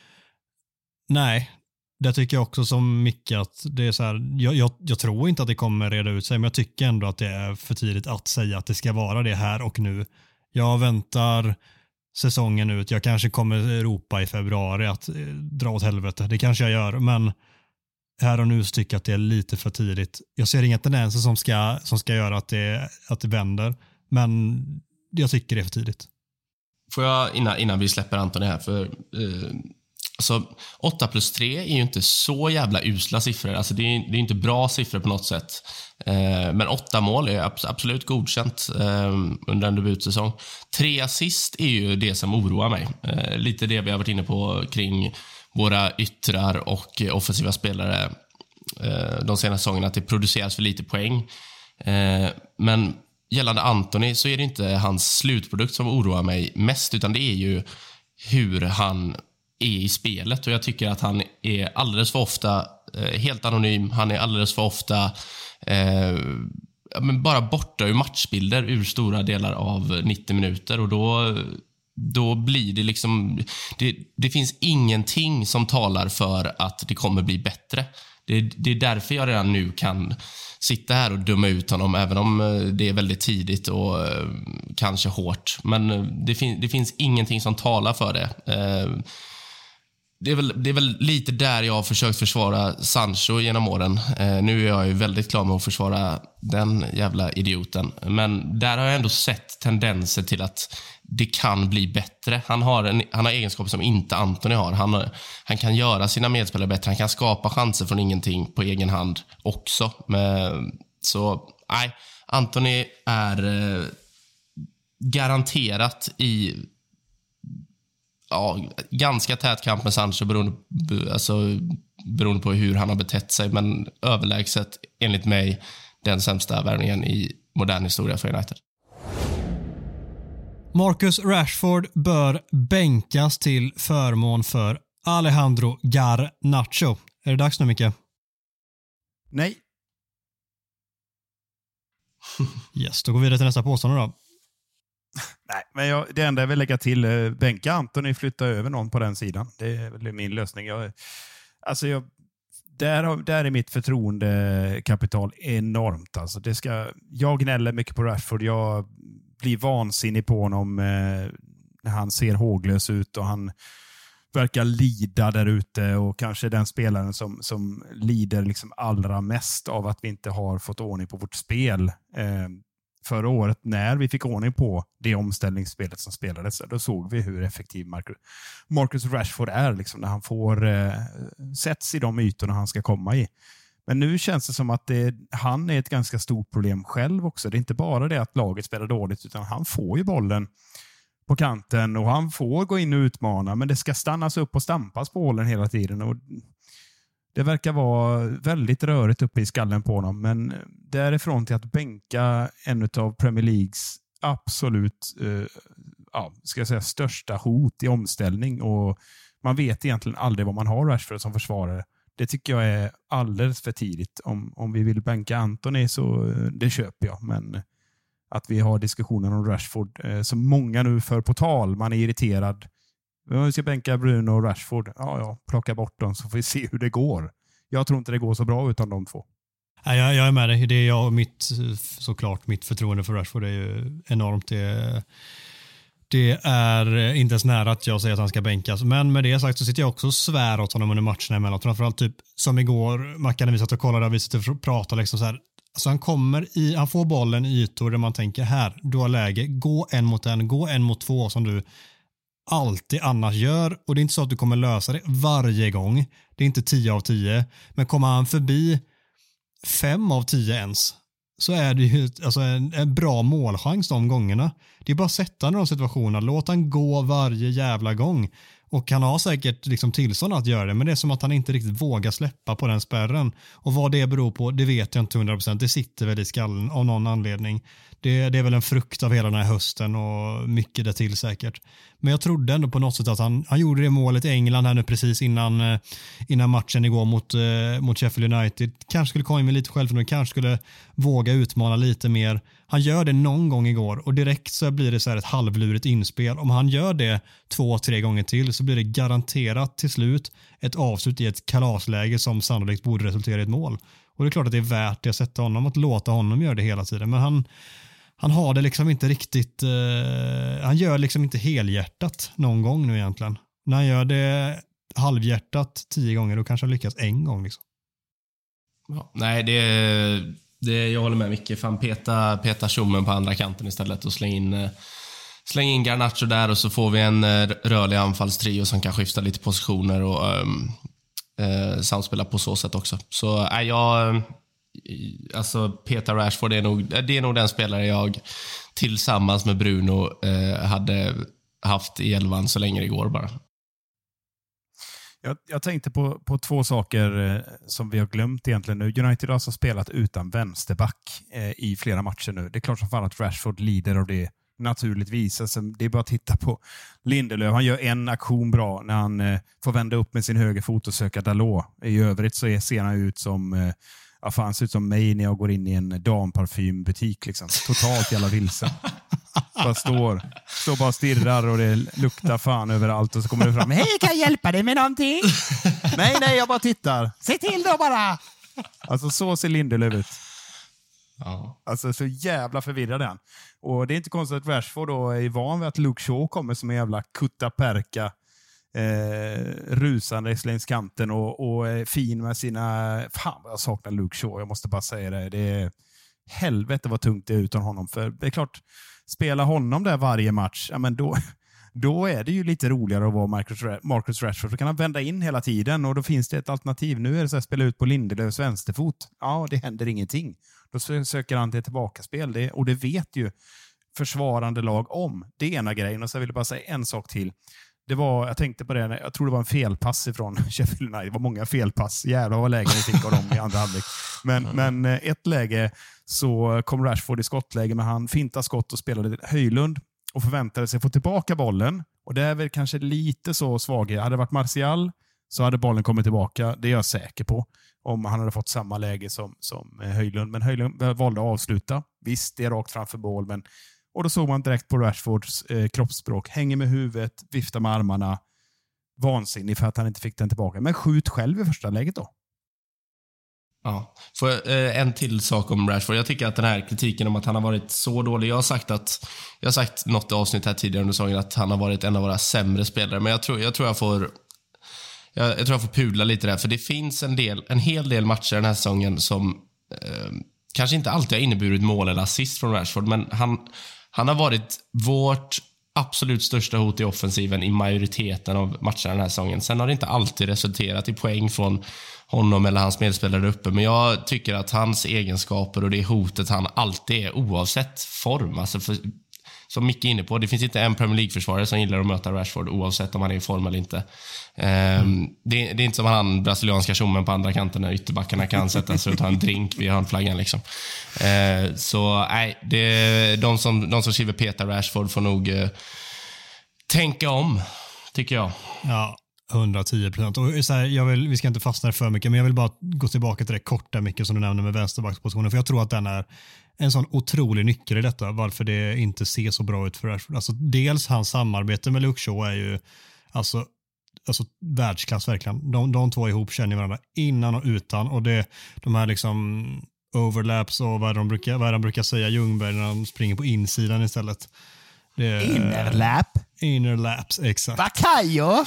nej, det tycker jag också som mycket att det är så här, jag, jag, jag tror inte att det kommer reda ut sig, men jag tycker ändå att det är för tidigt att säga att det ska vara det här och nu. Jag väntar säsongen ut, jag kanske kommer ropa i februari att eh, dra åt helvete, det kanske jag gör, men här och nu så tycker jag att det är lite för tidigt. Jag ser inga tendenser som ska, som ska göra att det, att det vänder. Men jag tycker det är för tidigt. Får jag, innan, innan vi släpper Antony här, för eh, alltså, åtta plus tre är ju inte så jävla usla siffror. Alltså, det, är, det är inte bra siffror på något sätt. Eh, men åtta mål är absolut godkänt eh, under en debutsäsong. Tre assist är ju det som oroar mig. Eh, lite det vi har varit inne på kring våra yttrar och offensiva spelare eh, de senaste säsongerna, att det produceras för lite poäng. Eh, men gällande Antony så är det inte hans slutprodukt som oroar mig mest, utan det är ju hur han är i spelet. Och jag tycker att han är alldeles för ofta eh, helt anonym. Han är alldeles för ofta eh, men bara borta ur matchbilder ur stora delar av nittio minuter, och då Då blir det liksom det, det finns ingenting som talar för att det kommer bli bättre. Det, det är därför jag redan nu kan sitta här och döma ut honom, även om det är väldigt tidigt och eh, kanske hårt. Men det, fin, det finns ingenting som talar för det. Eh, det, är väl, det är väl lite där jag har försökt försvara Sancho genom åren. Eh, nu är jag ju väldigt klar med att försvara den jävla idioten. Men där har jag ändå sett tendenser till att det kan bli bättre. Han har, en, han har egenskaper som inte Antony har. Han, har. han kan göra sina medspelare bättre. Han kan skapa chanser från ingenting på egen hand också. Men, så nej, Antony är eh, garanterat i ja, ganska tät kamp med Sancho beroende, alltså, beroende på hur han har betett sig. Men överlägset, enligt mig, den sämsta värvningen i modern historia för United. Marcus Rashford bör bänkas till förmån för Alejandro Garnacho. Är det dags nu, Micke? Nej. Yes, då går vi vidare till nästa påstående då. Nej, men jag, det enda jag vill lägga till, eh, bänka Antony, flytta över någon på den sidan. Det är väl min lösning. Jag, alltså jag, där, där är mitt förtroendekapital enormt. Alltså det ska, jag gnäller mycket på Rashford. Jag blir vansinnig på honom eh, när han ser håglös ut och han verkar lida där ute och kanske den spelaren som, som lider liksom allra mest av att vi inte har fått ordning på vårt spel. Eh, förra året när vi fick ordning på det omställningsspelet som spelades, då såg vi hur effektiv Marcus, Marcus Rashford är liksom, när han får eh, sätts i de ytorna han ska komma i. Men nu känns det som att det, han är ett ganska stort problem själv också. Det är inte bara det att laget spelar dåligt, utan han får ju bollen på kanten och han får gå in och utmana, men det ska stannas upp och stampas på bollen hela tiden. Och det verkar vara väldigt rörigt uppe i skallen på honom, men därifrån till att bänka en av Premier Leagues absolut eh, ja, ska jag säga, största hot i omställning, och man vet egentligen aldrig vad man har Rashford som försvarare. Det tycker jag är alldeles för tidigt. Om, om vi vill bänka Antony så det köper jag, men att vi har diskussionen om Rashford eh, som många nu för på tal. Man är irriterad. Vi ska bänka Bruno och Rashford. Ja, ja, plocka bort dem så får vi se hur det går. Jag tror inte det går så bra utan de två. Ja, jag, jag är med dig. Det är jag och mitt, såklart, mitt förtroende för Rashford är ju enormt. Det, det är inte ens nära att jag säger att han ska bänkas. Men med det sagt så sitter jag också och svär åt honom under matcherna emellan. Framförallt typ som igår, Mackan, när vi satt och kollade, vi sitter och pratar liksom så här. Alltså han kommer i, han får bollen i ytor där man tänker, här, du har läge, gå en mot en, gå en mot två som du alltid annars gör, och det är inte så att du kommer lösa det varje gång. Det är inte tio av tio, men kommer han förbi fem av tio ens, så är det ju alltså en, en bra målchans de gångerna. Det är bara att sätta de situationerna, låt han gå varje jävla gång. Och han har säkert liksom tillstånd att göra det, men det är som att han inte riktigt vågar släppa på den spärren. Och vad det beror på, det vet jag inte hundra procent. Det sitter väl i skallen av någon anledning. Det, det är väl en frukt av hela den här hösten och mycket det till säkert. Men jag trodde ändå på något sätt att han, han gjorde det målet i England här nu precis innan, innan matchen igår mot, mot Sheffield United. Kanske skulle komma in med lite självförtroende, kanske skulle våga utmana lite mer. Han gör det någon gång igår och direkt så blir det så här ett halvlurigt inspel. Om han gör det två, tre gånger till så blir det garanterat till slut ett avslut i ett kalasläge som sannolikt borde resultera i ett mål. Och det är klart att det är värt det att sätta honom, att låta honom göra det hela tiden. Men han, han har det liksom inte riktigt, eh, han gör liksom inte helhjärtat någon gång nu egentligen. När han gör det halvhjärtat tio gånger, då kanske han lyckas en gång liksom. Ja, nej, det är... Det, jag håller med mycket. Fan, peta, peta tjommen på andra kanten istället och släng in, släng in Garnacho där, och så får vi en rörlig anfallstrio som kan skifta lite positioner och um, uh, samspela på så sätt också. Så är äh, jag alltså Peter Rashford är nog, det är nog den spelare jag tillsammans med Bruno uh, hade haft i elvan så länge det går bara. Jag, jag tänkte på, på två saker eh, som vi har glömt egentligen nu. United har alltså spelat utan vänsterback eh, i flera matcher nu. Det är klart som fan att Rashford lider av det naturligtvis. Alltså, det är bara att titta på Lindelöf. Han gör en aktion bra när han eh, får vända upp med sin högerfot och söka Dalot. I övrigt så är, ser han ut som eh, ja, fan, ser ut som mig när jag går in i en damparfymbutik. Liksom. Totalt jävla vilsen. Bara står, står bara och stirrar och det luktar fan överallt och så kommer det fram. Hej, kan jag hjälpa dig med någonting? nej, nej, jag bara tittar. Se till då bara! Alltså så ser Lindelöf ut. Ja. Alltså så jävla förvirrad är han. Och det är inte konstigt att Rashford då är van vid att Luke Shaw kommer som en jävla kuttaperka eh, rusande längs kanten och, och är fin med sina... Fan vad jag saknar Luke Shaw, jag måste bara säga det. Det är helvete vad tungt det är utan honom. För det är klart, spela honom där varje match, ja, men då, då är det ju lite roligare att vara Marcus, Marcus Rashford. Då kan han vända in hela tiden och då finns det ett alternativ. Nu är det så här, spela ut på Lindelöfs vänsterfot. Ja, det händer ingenting. Då söker han till tillbakaspel. Det, och det vet ju försvarande lag om. Det är ena grejen. Och så vill jag bara säga en sak till. Det var, jag tänkte på det, jag tror det var en felpass ifrån Sheffield United. Det var många felpass. Jävlar vad lägen vi fick av dem i andra halvlek. Men, mm. men ett läge så kom Rashford i skottläge, men han fintade skott och spelade Höjlund och förväntade sig få tillbaka bollen. Och det är väl kanske lite så svagare. Hade det varit Martial så hade bollen kommit tillbaka. Det är jag säker på. Om han hade fått samma läge som, som Höjlund. Men Höjlund valde att avsluta. Visst, det är rakt framför mål, men och då såg man direkt på Rashfords eh, kroppsspråk. Hänger med huvudet, viftar med armarna. Vansinnig för att han inte fick den tillbaka. Men skjut själv i första läget då. Ja. Får jag, eh, en till sak om Rashford. Jag tycker att den här kritiken om att han har varit så dålig. Jag har sagt att jag har sagt något avsnitt här tidigare under säsongen att han har varit en av våra sämre spelare. Men jag tror jag, tror jag får jag, jag tror jag får pudla lite där, för det finns en, del, en hel del matcher den här säsongen som eh, kanske inte alltid har inneburit mål eller assist från Rashford, men han, han har varit vårt absolut största hot i offensiven i majoriteten av matcherna den här säsongen. Sen har det inte alltid resulterat i poäng från honom eller hans medspelare uppe, men jag tycker att hans egenskaper och det hotet han alltid är, oavsett form, alltså för, som Micke är inne på, det finns inte en Premier League-försvarare som gillar att möta Rashford oavsett om han är i form eller inte. Mm. det, det är inte som han brasilianska tjommen på andra kanten när ytterbackarna kan sätta sig och ta en drink vid hörnflaggan liksom. Uh, så nej, det, de, som, de som skriver Peter Rashford får nog uh, tänka om, tycker jag. Ja, hundratio procent. Och så här, jag vill, vi ska inte fastna för mycket, men jag vill bara gå tillbaka till det korta mycket som du nämnde med vänsterbackspositionen, för jag tror att den är en sån otrolig nyckel i detta, varför det inte ser så bra ut för Rashford. Alltså, dels hans samarbete med Luke Shaw är ju alltså, alltså världsklass verkligen. De, de två ihop känner varandra innan och utan, och det, de här liksom overlaps och vad de brukar, vad de brukar säga Ljungberg när de springer på insidan istället. Det, Innerlap. Innerlaps, exakt. Bakayo.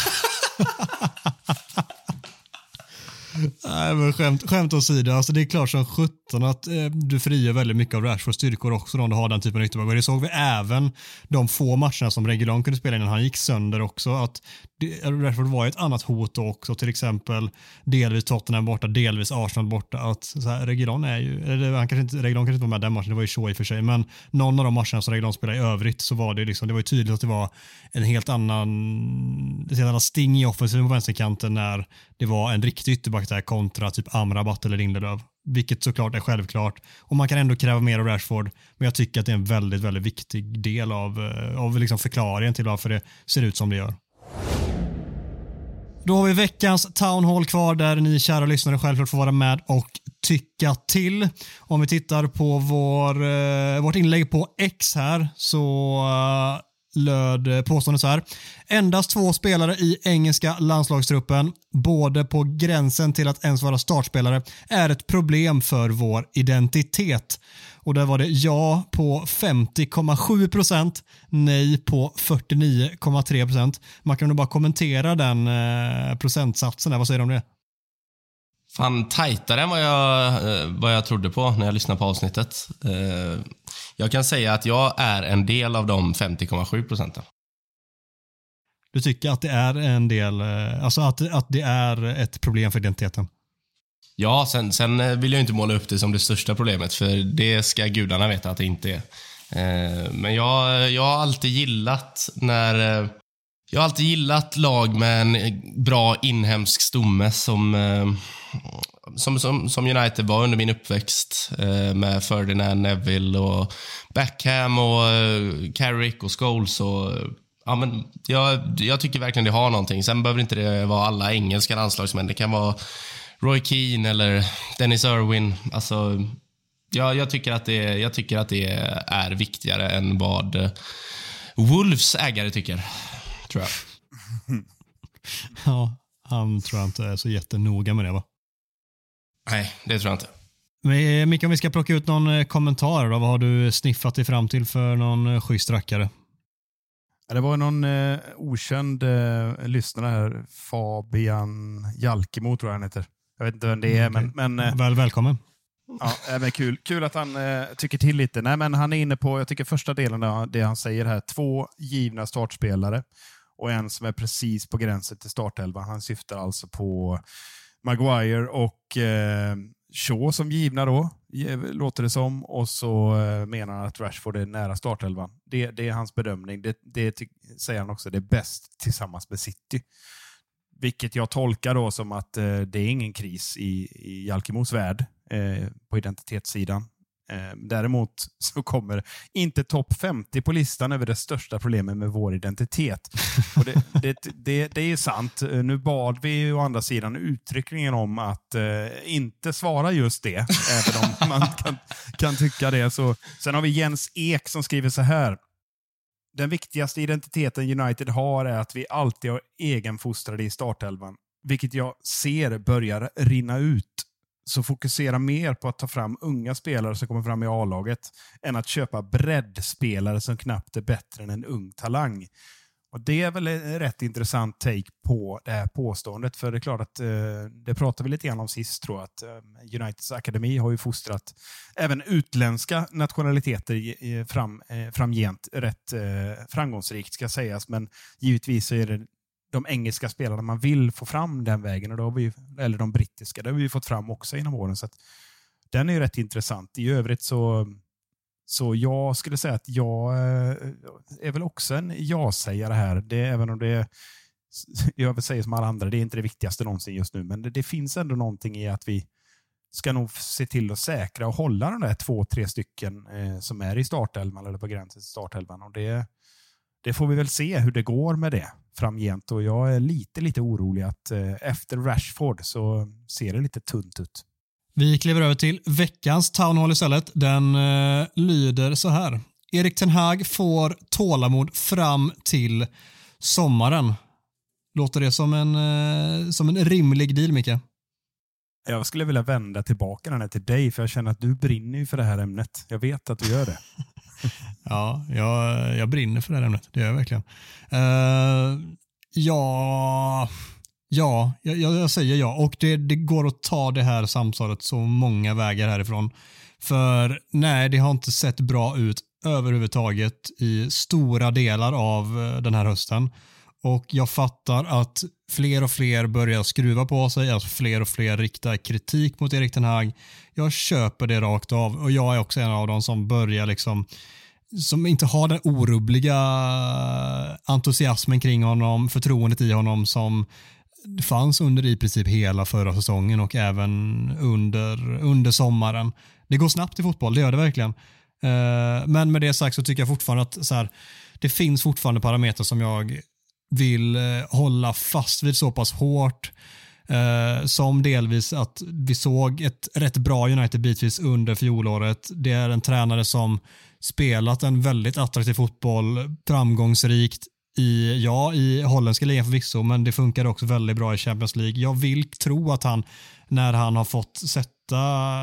Nej, men skämt, skämt åsido, alltså det är klart som sjutton att eh, du frigör väldigt mycket av Rashfords styrkor också om du har den typen av ytterback. Det såg vi även de få matcherna som Reguilon kunde spela innan han gick sönder också, att det, Rashford var ett annat hot då också, till exempel delvis Tottenham borta, delvis Arsenal borta, att så här, Reguilon är ju, eller han kanske inte, Reguilon kanske inte var med den matchen, det var ju Shaw i för sig, men någon av de matcherna som Reguilon spelade i övrigt så var det liksom, det var ju tydligt att det var en helt annan, ett helt annat sting i offensiven på vänsterkanten när det var en riktig ytterback där kontra typ Amrabat eller Lindelöf, vilket såklart är självklart, och man kan ändå kräva mer av Rashford, men jag tycker att det är en väldigt, väldigt viktig del av, av liksom förklaringen till varför det ser ut som det gör. Då har vi veckans Town Hall kvar där ni kära lyssnare självklart får vara med och tycka till. Om vi tittar på vår, eh, vårt inlägg på X här så eh, löd påståendet så här: endast två spelare i engelska landslagstruppen, både på gränsen till att ens vara startspelare, är ett problem för vår identitet. Och där var det ja på femtio komma sju procent, nej på fyrtionio komma tre procent. Man kan nog bara kommentera den eh, procentsatsen där. Vad säger du om det? Fan, tajtare än vad jag, vad jag trodde på när jag lyssnade på avsnittet. Eh, jag kan säga att jag är en del av de femtio komma sju procenten. Du tycker att det är en del, alltså att, att det är ett problem för identiteten? Ja, sen, sen vill jag inte måla upp det som det största problemet, för det ska gudarna veta att det inte är. Eh, men jag, jag har alltid gillat när... Eh, jag har alltid gillat lag med en bra inhemsk stomme som, eh, som, som, som United var under min uppväxt, eh, med Ferdinand, Neville och Beckham och eh, Carrick och Scholes och... Ja, men jag, jag tycker verkligen det har någonting. Sen behöver inte det vara alla engelska landslagsmän. Det kan vara Roy Keane eller Dennis Irwin. Alltså, ja, jag, tycker att det, jag tycker att det är viktigare än vad Wolves ägare tycker, tror jag. Ja, han tror jag inte är så jättenoga med det, va? Nej, det tror jag inte. Men Micke, om vi ska plocka ut någon kommentar då, vad har du sniffat dig fram till för någon schysst rackare? Det var någon eh, okänd eh, lyssnare här, Fabian Jalkemo tror jag han heter. Jag vet inte vem det är, mm, okay. men... men eh, Väl, välkommen. Ja, men kul. Kul att han eh, tycker till lite. Nej, men han är inne på, jag tycker första delen av det han säger här, två givna startspelare och en som är precis på gränsen till startelva. Han syftar alltså på Maguire och eh, Shaw som givna då, låter det som. Och så eh, menar han att Rashford är nära startelvan. Det, det är hans bedömning. Det, det ty- säger han också, det är bäst tillsammans med City. Vilket jag tolkar då som att eh, det är ingen kris i, i Jalkemos värld eh, på identitetssidan. Eh, däremot så kommer inte topp femtio på listan över det största problemet med vår identitet. Och det, det, det, det är sant. Nu bad vi å andra sidan uttryckningen om att eh, inte svara just det, även om man kan, kan tycka det. Så, sen har vi Jens Ek som skriver så här: den viktigaste identiteten United har är att vi alltid har egenfostrade i startelvan, vilket jag ser börjar rinna ut. Så fokusera mer på att ta fram unga spelare som kommer fram i A-laget än att köpa breddspelare som knappt är bättre än en ung talang. Och det är väl en rätt intressant take på det här påståendet. För det är klart att eh, det pratade vi lite grann om sist, tror jag. Att eh, Uniteds akademi har ju fostrat även utländska nationaliteter i, fram, eh, framgent rätt eh, framgångsrikt, ska sägas. Men givetvis så är det de engelska spelarna man vill få fram den vägen. Och då har vi, eller de brittiska, det har vi fått fram också inom åren. Så att den är ju rätt intressant. I övrigt så Så jag skulle säga att jag är väl också en ja-sägare här. Det, även om det är, jag vill säga som alla andra, det är inte det viktigaste någonsin just nu. Men det, det finns ändå någonting i att vi ska nog se till att säkra och hålla de där två, tre stycken eh, som är i startelvan eller på gränsen till startelvan. Och det, det får vi väl se hur det går med det framgent. Och jag är lite, lite orolig att eh, efter Rashford så ser det lite tunt ut. Vi kliver över till veckans Town Hall istället. Den eh, lyder så här. Erik Ten Hag får tålamod fram till sommaren. Låter det som en, eh, som en rimlig deal, Micke? Jag skulle vilja vända tillbaka den här till dig, för jag känner att du brinner ju för det här ämnet. Jag vet att du gör det. Ja, jag, jag brinner för det här ämnet. Det gör jag verkligen. Uh, ja... Ja, jag, jag säger ja. Och det, det går att ta det här samtalet så många vägar härifrån. För nej, det har inte sett bra ut överhuvudtaget i stora delar av den här hösten. Och jag fattar att fler och fler börjar skruva på sig. Att fler och fler riktar kritik mot Erik Ten Hag. Jag köper det rakt av. Och jag är också en av dem som börjar liksom... som inte har den orubbliga entusiasmen kring honom. Förtroendet i honom som... det fanns under i princip hela förra säsongen och även under, under sommaren. Det går snabbt i fotboll, det gör det verkligen. Uh, men med det sagt så tycker jag fortfarande att så här, det finns fortfarande parametrar som jag vill uh, hålla fast vid så pass hårt. Uh, som delvis att vi såg ett rätt bra United bitvis under fjolåret. Det är en tränare som spelat en väldigt attraktiv fotboll, framgångsrikt i, ja, i holländska ligan förvisso, men det funkar också väldigt bra i Champions League. Jag vill tro att han, när han har fått sätta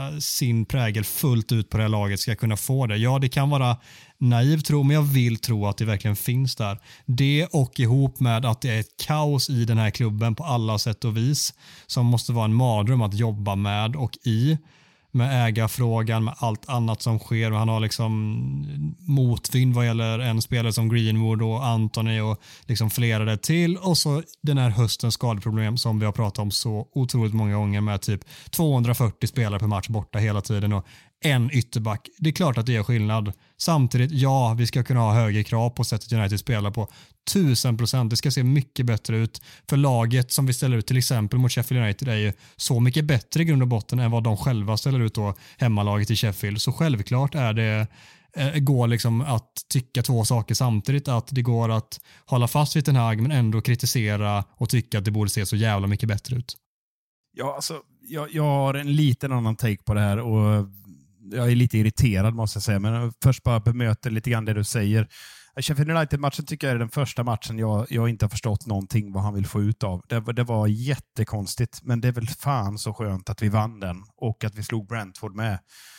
sin prägel fullt ut på det här laget, ska kunna få det. Ja, det kan vara naivt tro, men jag vill tro att det verkligen finns där. Det och ihop med att det är ett kaos i den här klubben på alla sätt och vis som måste vara en mardröm att jobba med och i. Med ägarfrågan, med allt annat som sker. Och han har liksom motvind vad gäller en spelare som Greenwood och Antony och liksom flera där till. Och så den här höstens skadeproblem som vi har pratat om så otroligt många gånger med typ tvåhundrafyrtio spelare per match borta hela tiden och en ytterback. Det är klart att det är skillnad. Samtidigt, ja, vi ska kunna ha högre krav på sättet United spelar på. Tusen procent. Det ska se mycket bättre ut. För laget som vi ställer ut till exempel mot Sheffield United är ju så mycket bättre i grund och botten än vad de själva ställer ut då hemmalaget i Sheffield. Så självklart är det eh, går liksom att tycka två saker samtidigt. Att det går att hålla fast vid Ten Hag men ändå kritisera och tycka att det borde se så jävla mycket bättre ut. Ja, alltså, jag, jag har en liten annan take på det här och jag är lite irriterad måste jag säga, men först bara bemöter lite grann det du säger. Sheffield United-matchen tycker jag är den första matchen jag, jag inte har förstått någonting vad han vill få ut av. Det, det var jättekonstigt, men det är väl fan så skönt att vi vann den och att vi slog Brentford med.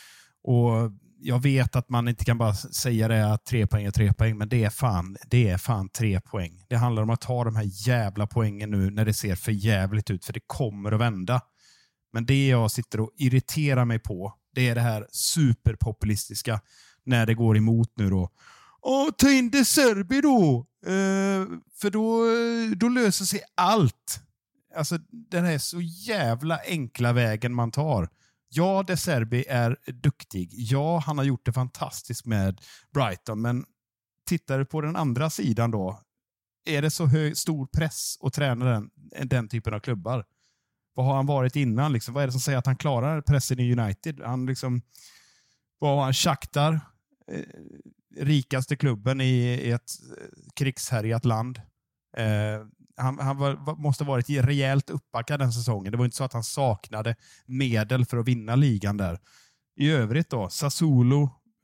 Och jag vet att man inte kan bara säga det att tre poäng är tre poäng, men det är fan, det är fan tre poäng. Det handlar om att ta de här jävla poängen nu när det ser för jävligt ut, för det kommer att vända. Men det jag sitter och irriterar mig på, det är det här superpopulistiska när det går emot nu då. Åh, ta in De Zerbi då! Uh, för då, då löser sig allt. Alltså, den här så jävla enkla vägen man tar. Ja, De Zerbi är duktig. Ja, han har gjort det fantastiskt med Brighton. Men tittar du på den andra sidan då, är det så hög, stor press att träna den, den typen av klubbar? Vad har han varit innan? Liksom? Vad är det som säger att han klarar pressen i United? Han liksom, vad har han? Shakhtar, eh, rikaste klubben i, i ett krigshärjat land. Eh, han han var, måste ha varit rejält uppbackad den säsongen. Det var inte så att han saknade medel för att vinna ligan där. I övrigt då, Sassuolo,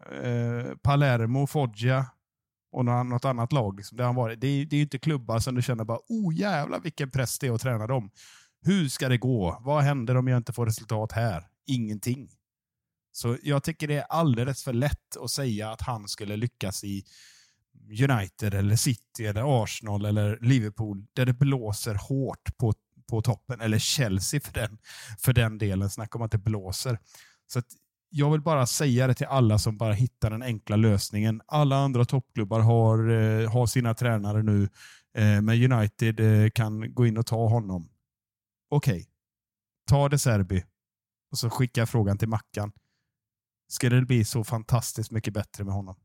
eh, Palermo, Foggia och något annat lag. Liksom, där han varit. Det, är, det är ju inte klubbar som du känner bara, oh jävlar vilken press det är att träna dem. Hur ska det gå? Vad händer om jag inte får resultat här? Ingenting. Så jag tycker det är alldeles för lätt att säga att han skulle lyckas i United eller City eller Arsenal eller Liverpool där det blåser hårt på, på toppen, eller Chelsea för den, för den delen. Snacka om att det blåser. Så att jag vill bara säga det till alla som bara hittar den enkla lösningen. Alla andra toppklubbar har, eh, har sina tränare nu, eh, men United eh, kan gå in och ta honom. Okej, okay. Ta De Zerbi och så skicka frågan till Mackan. Ska det bli så fantastiskt mycket bättre med honom?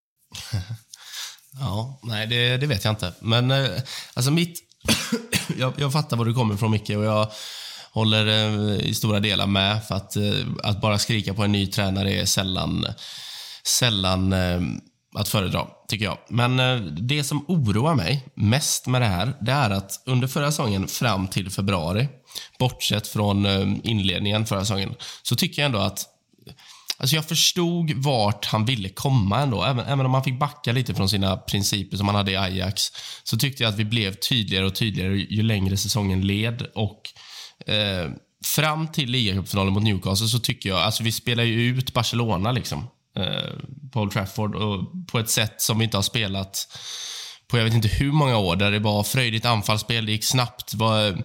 Ja, nej det, det vet jag inte. Men eh, alltså mitt jag, jag fattar var du kommer ifrån, Micke, och jag håller eh, i stora delar med, för att, eh, att bara skrika på en ny tränare är sällan sällan eh, att föredra, tycker jag. Men eh, det som oroar mig mest med det här, det är att under förra säsongen fram till februari, bortsett från eh, inledningen förra säsongen, så tycker jag ändå att alltså jag förstod vart han ville komma ändå. Även, även om man fick backa lite från sina principer som han hade i Ajax, så tyckte jag att vi blev tydligare och tydligare ju längre säsongen led. Och eh, fram till ligacupfinalen mot Newcastle så tycker jag, alltså vi spelar ju ut Barcelona liksom, eh, på Old Trafford, och på ett sätt som vi inte har spelat på jag vet inte hur många år, där det var fröjdigt anfallsspel, det gick snabbt, var...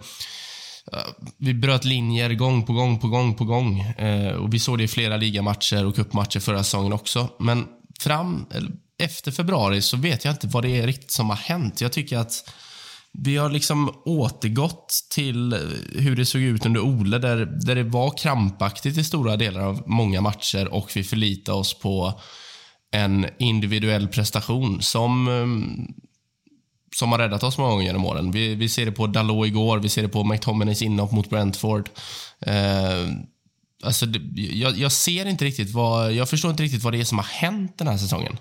vi bröt linjer gång på gång på gång på gång eh, och vi såg det i flera ligamatcher och cupmatcher förra säsongen också. Men fram efter februari så vet jag inte vad det är riktigt som har hänt. Jag tycker att vi har liksom återgått till hur det såg ut under Ole, där, där det var krampaktigt i stora delar av många matcher, och vi förlitade oss på en individuell prestation som som har räddat oss många gånger genom åren. Vi, vi ser det på Dalot igår, vi ser det på McTominays inhopp mot Brentford. Eh, alltså, det, jag, jag ser inte riktigt vad, jag förstår inte riktigt vad det är som har hänt den här säsongen.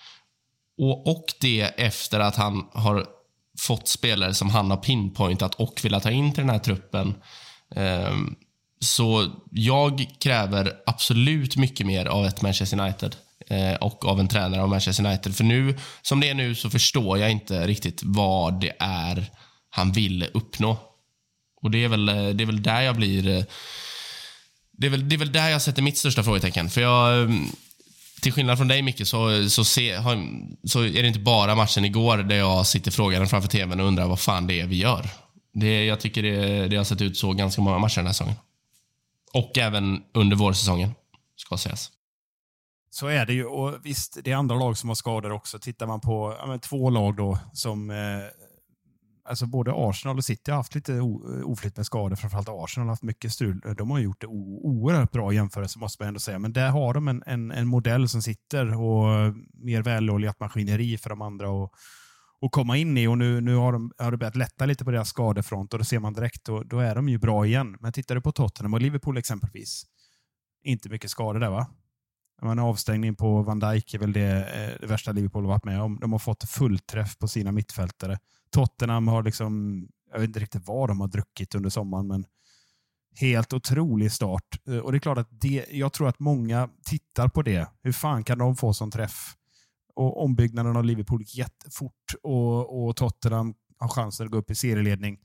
Och, och det efter att han har fått spelare som han har pinpointat och vill ta in till den här truppen. Eh, så jag kräver absolut mycket mer av ett Manchester United och av en tränare av Manchester United. För nu, som det är nu, så förstår jag inte riktigt vad det är han vill uppnå. Och det är väl, det är väl där jag blir det är, väl, det är väl där jag sätter mitt största frågetecken. För jag, till skillnad från dig, Micke, så, så, se, så är det inte bara matchen igår där jag sitter frågan framför tvn och undrar vad fan det är vi gör. Det, jag tycker det, det har sett ut så ganska många matcher den här säsongen. Och även under vårsäsongen, ska sägas. Så är det ju, och visst, det är andra lag som har skador också. Tittar man på ja, men två lag då som eh, alltså både Arsenal och City har haft lite o- oflytt med skador. Framförallt Arsenal har haft mycket strul. De har gjort det o- oerhört bra jämförelse, måste man ändå säga. Men där har de en, en, en modell som sitter, och mer väloljat maskineri för de andra och, och komma in i. Och nu, nu har, de, har det börjat lätta lite på deras skadefront, och då ser man direkt, och då är de ju bra igen. Men tittar du på Tottenham och Liverpool exempelvis, inte mycket skador där, va? En avstängning på Van Dijk är väl det, det värsta Liverpool har varit med om. De har fått fullträff på sina mittfältare. Tottenham har liksom, jag vet inte riktigt vad de har druckit under sommaren, men helt otrolig start. Och det är klart att det, jag tror att många tittar på det. Hur fan kan de få sån träff? Och ombyggnaden av Liverpool gick jättefort, och, och Tottenham har chansen att gå upp i serieledning.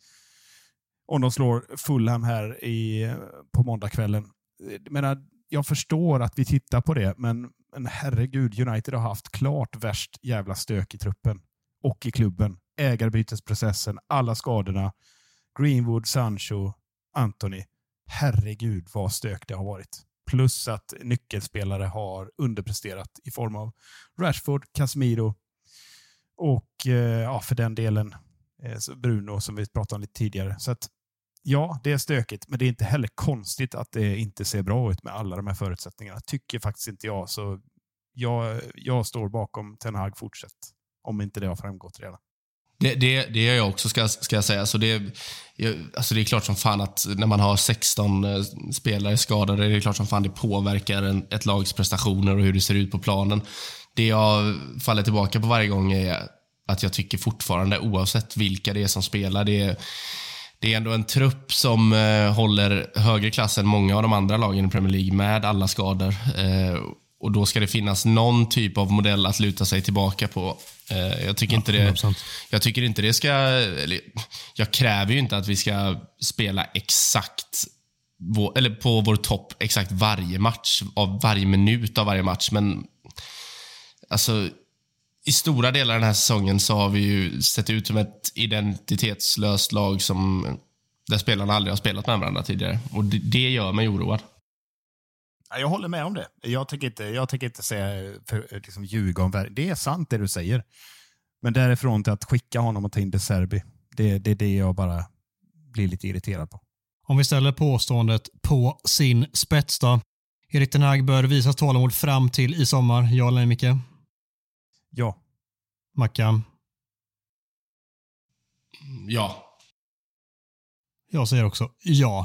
Om de slår Fulham här i, på måndagskvällen. Jag menar, jag förstår att vi tittar på det, men, men herregud, United har haft klart värst jävla stök i truppen och i klubben. Ägarbytesprocessen, alla skadorna, Greenwood, Sancho, Anthony. Herregud vad stök det har varit. Plus att nyckelspelare har underpresterat i form av Rashford, Casemiro och eh, ja, för den delen eh, Bruno, som vi pratade om lite tidigare. Så att ja, det är stökigt, men det är inte heller konstigt att det inte ser bra ut med alla de här förutsättningarna. Tycker faktiskt inte jag. Så jag, jag står bakom Ten Hag fortsätt, om inte det har framgått redan. Det, det, det gör jag också, ska, ska jag säga. Så det, alltså det är klart som fan att när man har sexton spelare skadade, det är klart som fan det påverkar en, ett lags prestationer och hur det ser ut på planen. Det jag faller tillbaka på varje gång är att jag tycker fortfarande, oavsett vilka det är som spelar, det är Det är ändå en trupp som eh, håller högre klass än många av de andra lagen i Premier League med alla skador. Eh, och då ska det finnas någon typ av modell att luta sig tillbaka på. Eh, jag tycker ja, inte det, jag tycker inte det ska... Eller, jag kräver ju inte att vi ska spela exakt vår, eller på vår topp exakt varje match, av varje minut av varje match. Men alltså... i stora delar av den här säsongen så har vi ju sett ut som ett identitetslöst lag som, där spelarna aldrig har spelat med varandra tidigare. Och det, det gör mig oroad. Jag håller med om det. Jag tänker inte, jag tänker inte säga, för, liksom, ljuga om det. är sant det du säger. Men därifrån till att skicka honom och ta in De Zerbi, det, det är det jag bara blir lite irriterad på. Om vi ställer påståendet på sin spets då. Erik ten Hag bör visas tålamod fram till i sommar. Ja eller nej, Micke? Ja. Mackan? Ja. Jag säger också ja.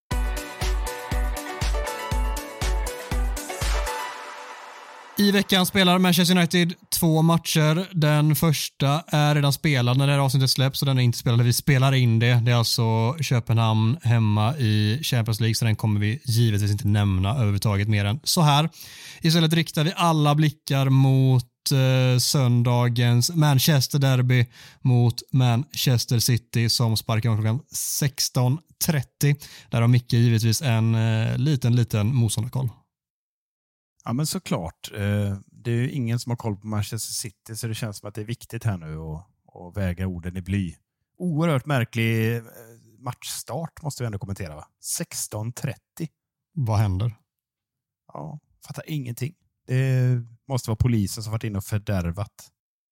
I veckan spelar Manchester United två matcher. Den första är redan spelad när det här avsnittet släpps, så den är inte spelad. Vi spelar in det. Det är alltså Köpenhamn hemma i Champions League, så den kommer vi givetvis inte nämna överhuvudtaget mer än så här. Istället riktar vi alla blickar mot eh, söndagens Manchester Derby mot Manchester City som sparkar om klockan sexton trettio. Där har Micke givetvis en eh, liten, liten motståndarkoll. Ja, men såklart. Det är ju ingen som har koll på Manchester City, så det känns som att det är viktigt här nu att, att väga orden i bly. Oerhört märklig matchstart måste vi ändå kommentera, va? sexton trettio. Vad händer? Ja, fattar ingenting. Det måste vara polisen som varit inne och fördärvat.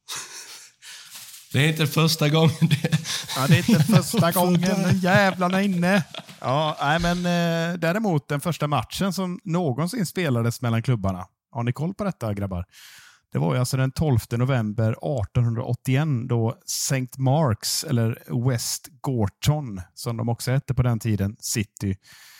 Det är inte första gången det... Ja, det är inte första gången jävlarna inne. Ja, nej, men eh, däremot den första matchen som någonsin spelades mellan klubbarna. Har ni koll på detta, grabbar? Det var ju alltså den tolfte november arton åttioett då Saint Marks, eller West Gorton som de också hette på den tiden, City,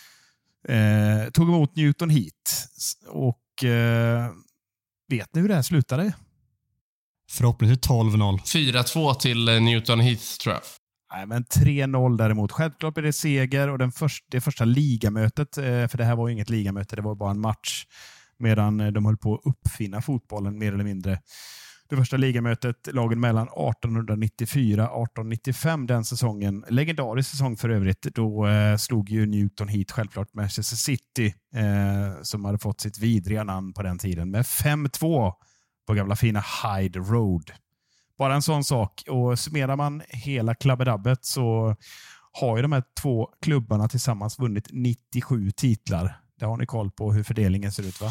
eh, tog emot Newton Heat. Och eh, vet ni hur det här slutade? Förhoppningsvis tolv noll. fyra två till Newton Heath, tror jag. Nej, men tre noll däremot. Självklart blir det seger, och den första, det första ligamötet, för det här var ju inget ligamöte, det var bara en match medan de höll på att uppfinna fotbollen mer eller mindre. Det första ligamötet, lagen mellan arton nittiofyra arton nittiofem den säsongen, legendarisk säsong för övrigt, då eh, slog ju Newton Heath självklart Manchester City eh, som hade fått sitt vidriga namn på den tiden med fem två på gamla fina Hyde Road. Bara en sån sak. Och summerar man hela klabbedabbet så har ju de här två klubbarna tillsammans vunnit nittiosju titlar. Det har ni koll på hur fördelningen ser ut, va?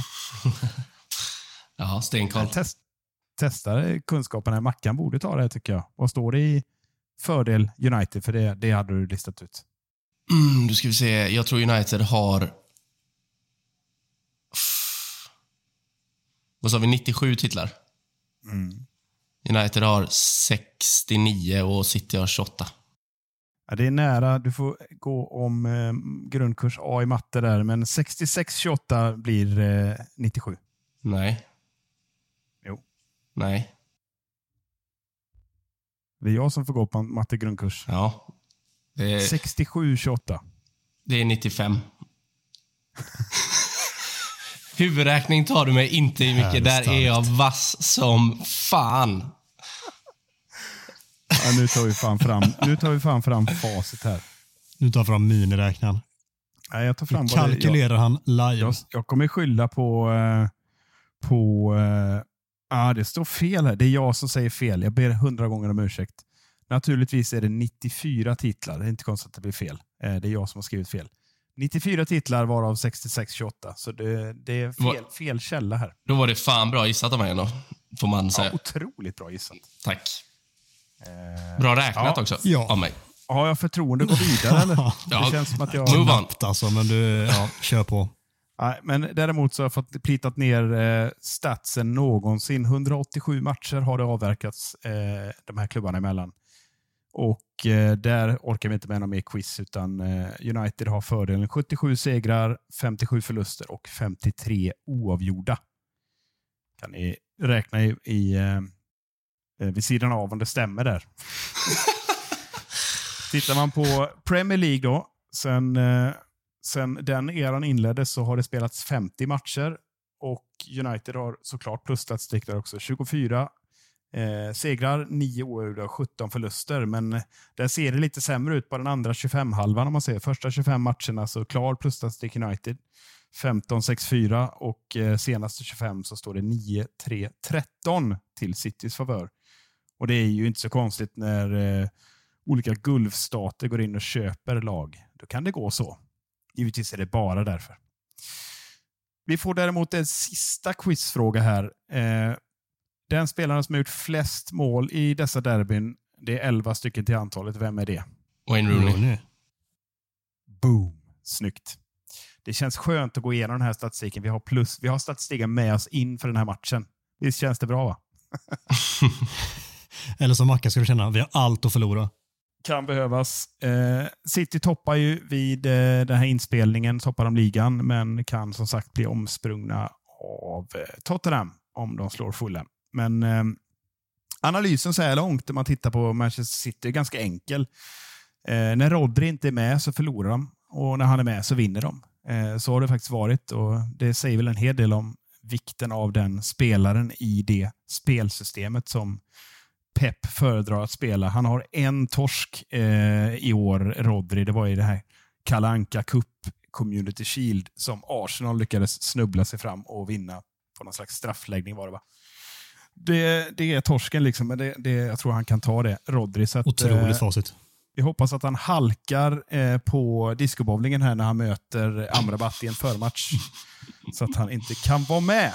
Ja, stenkoll. Test, testa kunskapen här. Mackan borde ta det här, tycker jag. Vad står det i fördel United? För det, det hade du listat ut. Mm, du ska vi se. Jag tror United har... Vad sa vi? nittiosju titlar. Mm. United har sextionio och City har tjugoåtta. Ja, det är nära. Du får gå om eh, grundkurs A i matte där. Men sextiosex tjugoåtta blir eh, nittiosju. Nej. Jo. Nej. Det är jag som får gå på matte grundkurs. Ja. Det är, sextiosju tjugoåtta. det är nittiofem. Huvudräkning tar du mig inte i mycket. Där är jag vass som fan. Ja, nu tar vi fan fram, nu tar vi fan fram facit här. Nu tar fram miniräknaren. Nej, jag tar fram Nu kalkylerar jag, han live. Jag, jag kommer skylla på... Eh, på eh, ah, det står fel här. Det är jag som säger fel. Jag ber hundra gånger om ursäkt. Naturligtvis är det nittiofyra titlar. Det är inte konstigt att det blir fel. Eh, det är jag som har skrivit fel. nittiofyra titlar varav sextiosex tjugoåtta. Så det, det är fel, fel källa här. Då var det fan bra gissat av mig ändå, får man säga. Ja, otroligt bra gissat. Tack. Bra räknat ja. också Ja. av mig. Har jag förtroende att gå vidare eller? Ja. Det känns som att jag... Move on. Alltså, men du, ja, kör på. Nej, men däremot så har jag fått plitat ner eh, statsen någonsin. hundraåttiosju matcher har det avverkats eh, de här klubbarna emellan. Och eh, där orkar vi inte med någon mer quiz, utan eh, United har fördelen sjuttiosju segrar, femtiosju förluster och femtiotre oavgjorda. Kan ni räkna i, i eh, vid sidan av om det stämmer där. Tittar man på Premier League då, sen, eh, sen den eran inleddes så har det spelats femtio matcher, och United har såklart plusstatistik där också. tjugofyra eh, segrar, nio oavgjorda och sjutton förluster, men där ser det lite sämre ut på den andra tjugofem-halvan om man ser. Första tjugofem matcherna så klar plusstatistik United. femton sex fyra och eh, senaste tjugofem så står det nio tre tretton till Citys favör. Och det är ju inte så konstigt när eh, olika gulfstater går in och köper lag. Då kan det gå så. Givetvis är det bara därför. Vi får däremot en sista quizfråga här. Eh, den spelaren som har gjort flest mål i dessa derbyn, det är elva stycken till antalet. Vem är det? Wayne Rooney. Boom. Snyggt. Det känns skönt att gå igenom den här statistiken. Vi har plus, vi har statistiken med oss inför den här matchen. Visst känns det bra, va? Eller som Macka skulle känna, vi har allt att förlora. Kan behövas. Eh, City toppar ju vid eh, den här inspelningen, toppar de ligan, men kan som sagt bli omsprungna av eh, Tottenham om de slår Fulham. Men eh, analysen så här långt när man tittar på Manchester City är ganska enkel. Eh, när Rodri inte är med så förlorar de, och när han är med så vinner de. Eh, så har det faktiskt varit, och det säger väl en hel del om vikten av den spelaren i det spelsystemet som Pep föredrar att spela. Han har en torsk eh, i år, Rodri. Det var i det här Kalle Anka Cup Community Shield som Arsenal lyckades snubbla sig fram och vinna på någon slags straffläggning var det, va? Det, det är torsken liksom, men det, det, jag tror han kan ta det, Rodri. Så att, otroligt facit. Eh, vi hoppas att han halkar eh, på discobowlingen här när han möter Amrabat i en förmatch. Så att han inte kan vara med.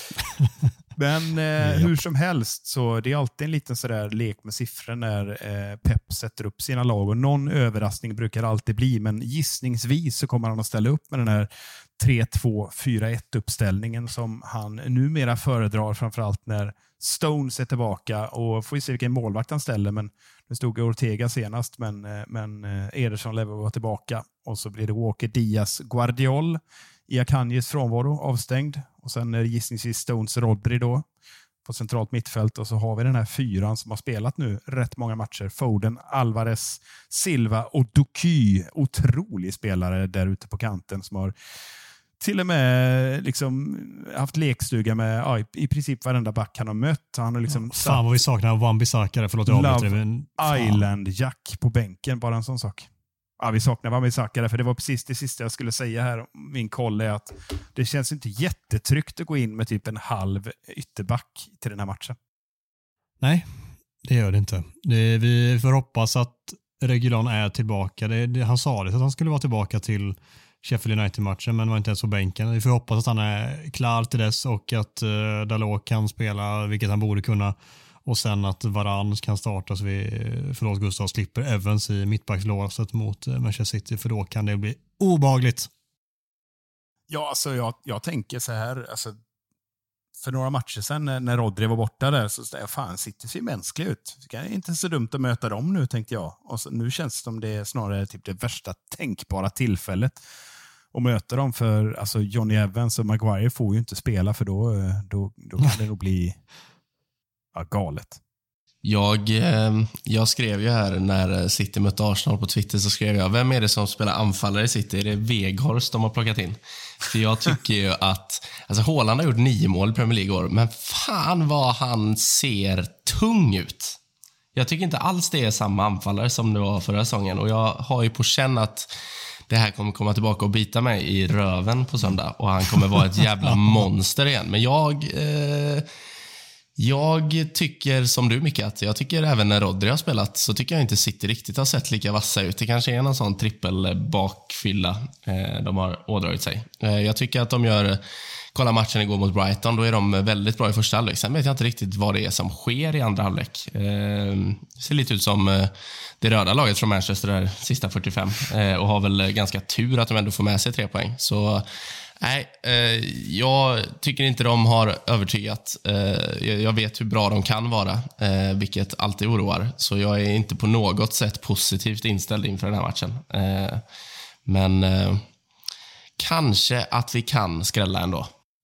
Men eh, hur som helst så det är alltid en liten sådär lek med siffror när eh, Pep sätter upp sina lag, och någon överraskning brukar det alltid bli, men gissningsvis så kommer han att ställa upp med den här tre två fyra ett uppställningen som han numera föredrar, framförallt när Stones är tillbaka, och får vi se vilken målvakt han ställer, men det stod Ortega senast, men, men Ederson lever vara tillbaka, och så blir det Walker, Diaz, Guardiol i Akanjes frånvaro avstängd, och sen är det gissningsvis Stones, Rodri då på centralt mittfält, och så har vi den här fyran som har spelat nu rätt många matcher, Foden, Alvarez, Silva och Doky, otrolig spelare där ute på kanten som har till och med liksom haft lekstuga med ja, i princip varenda back han har mött. Han har liksom fan vad vi saknar Wan-Bissaka, förlåt jag avbryter det, men Island Jack på bänken, bara en sån sak. Ja, vi saknar Wan-Bissaka, för det var precis det sista jag skulle säga här. Min koll är att det känns inte jättetryggt att gå in med typ en halv ytterback till den här matchen. Nej, det gör det inte. Det, vi får hoppas att Reguilon är tillbaka. Det, det, han sa det att han skulle vara tillbaka till Sheffield United-matchen, men var inte ens på bänken. Vi får hoppas att han är klar till dess, och att uh, Dalot kan spela, vilket han borde kunna. Och sen att Varane kan starta, så vi, förlåt Gustav, slipper Evans i mittbackslåset mot Manchester City, för då kan det bli obehagligt. Ja, alltså jag, jag tänker så här, alltså, för några matcher sedan när, när Rodri var borta där, så säger jag, fan, City ser mänsklig ut. Det är inte så dumt att möta dem nu, tänkte jag. Och så, nu känns det som det är snarare typ det värsta tänkbara tillfället att möta dem, för alltså Johnny Evans och Maguire får ju inte spela, för då, då, då kan det nog bli ja, galet. Jag, eh, jag skrev ju här när City mötte Arsenal på Twitter, så skrev jag, vem är det som spelar anfallare i City? Är det Weghorst de har plockat in? För jag tycker ju att alltså Haaland har gjort nio mål i Premier League år, men fan vad han ser tung ut. Jag tycker inte alls det är samma anfallare som det var förra säsongen, och jag har ju på känn att det här kommer komma tillbaka och bita mig i röven på söndag, och han kommer vara ett jävla monster igen. Men jag... Eh, Jag tycker som du, Micke, att jag tycker även när Rodri har spelat så tycker jag inte City riktigt har sett lika vassa ut. Det kanske är en sån trippelbakfylla eh, de har ådragit sig. Eh, jag tycker att de gör, kolla matchen igår mot Brighton, då är de väldigt bra i första halvlek. Sen vet jag inte riktigt vad det är som sker i andra halvlek. Eh, det ser lite ut som eh, det röda laget från Manchester där sista fyrtiofem eh, och har väl ganska tur att de ändå får med sig tre poäng. Så nej, eh, jag tycker inte de har övertygat. Eh, jag vet hur bra de kan vara, eh, vilket alltid oroar. Så jag är inte på något sätt positivt inställd inför den här matchen. Eh, men eh, kanske att vi kan skrälla ändå.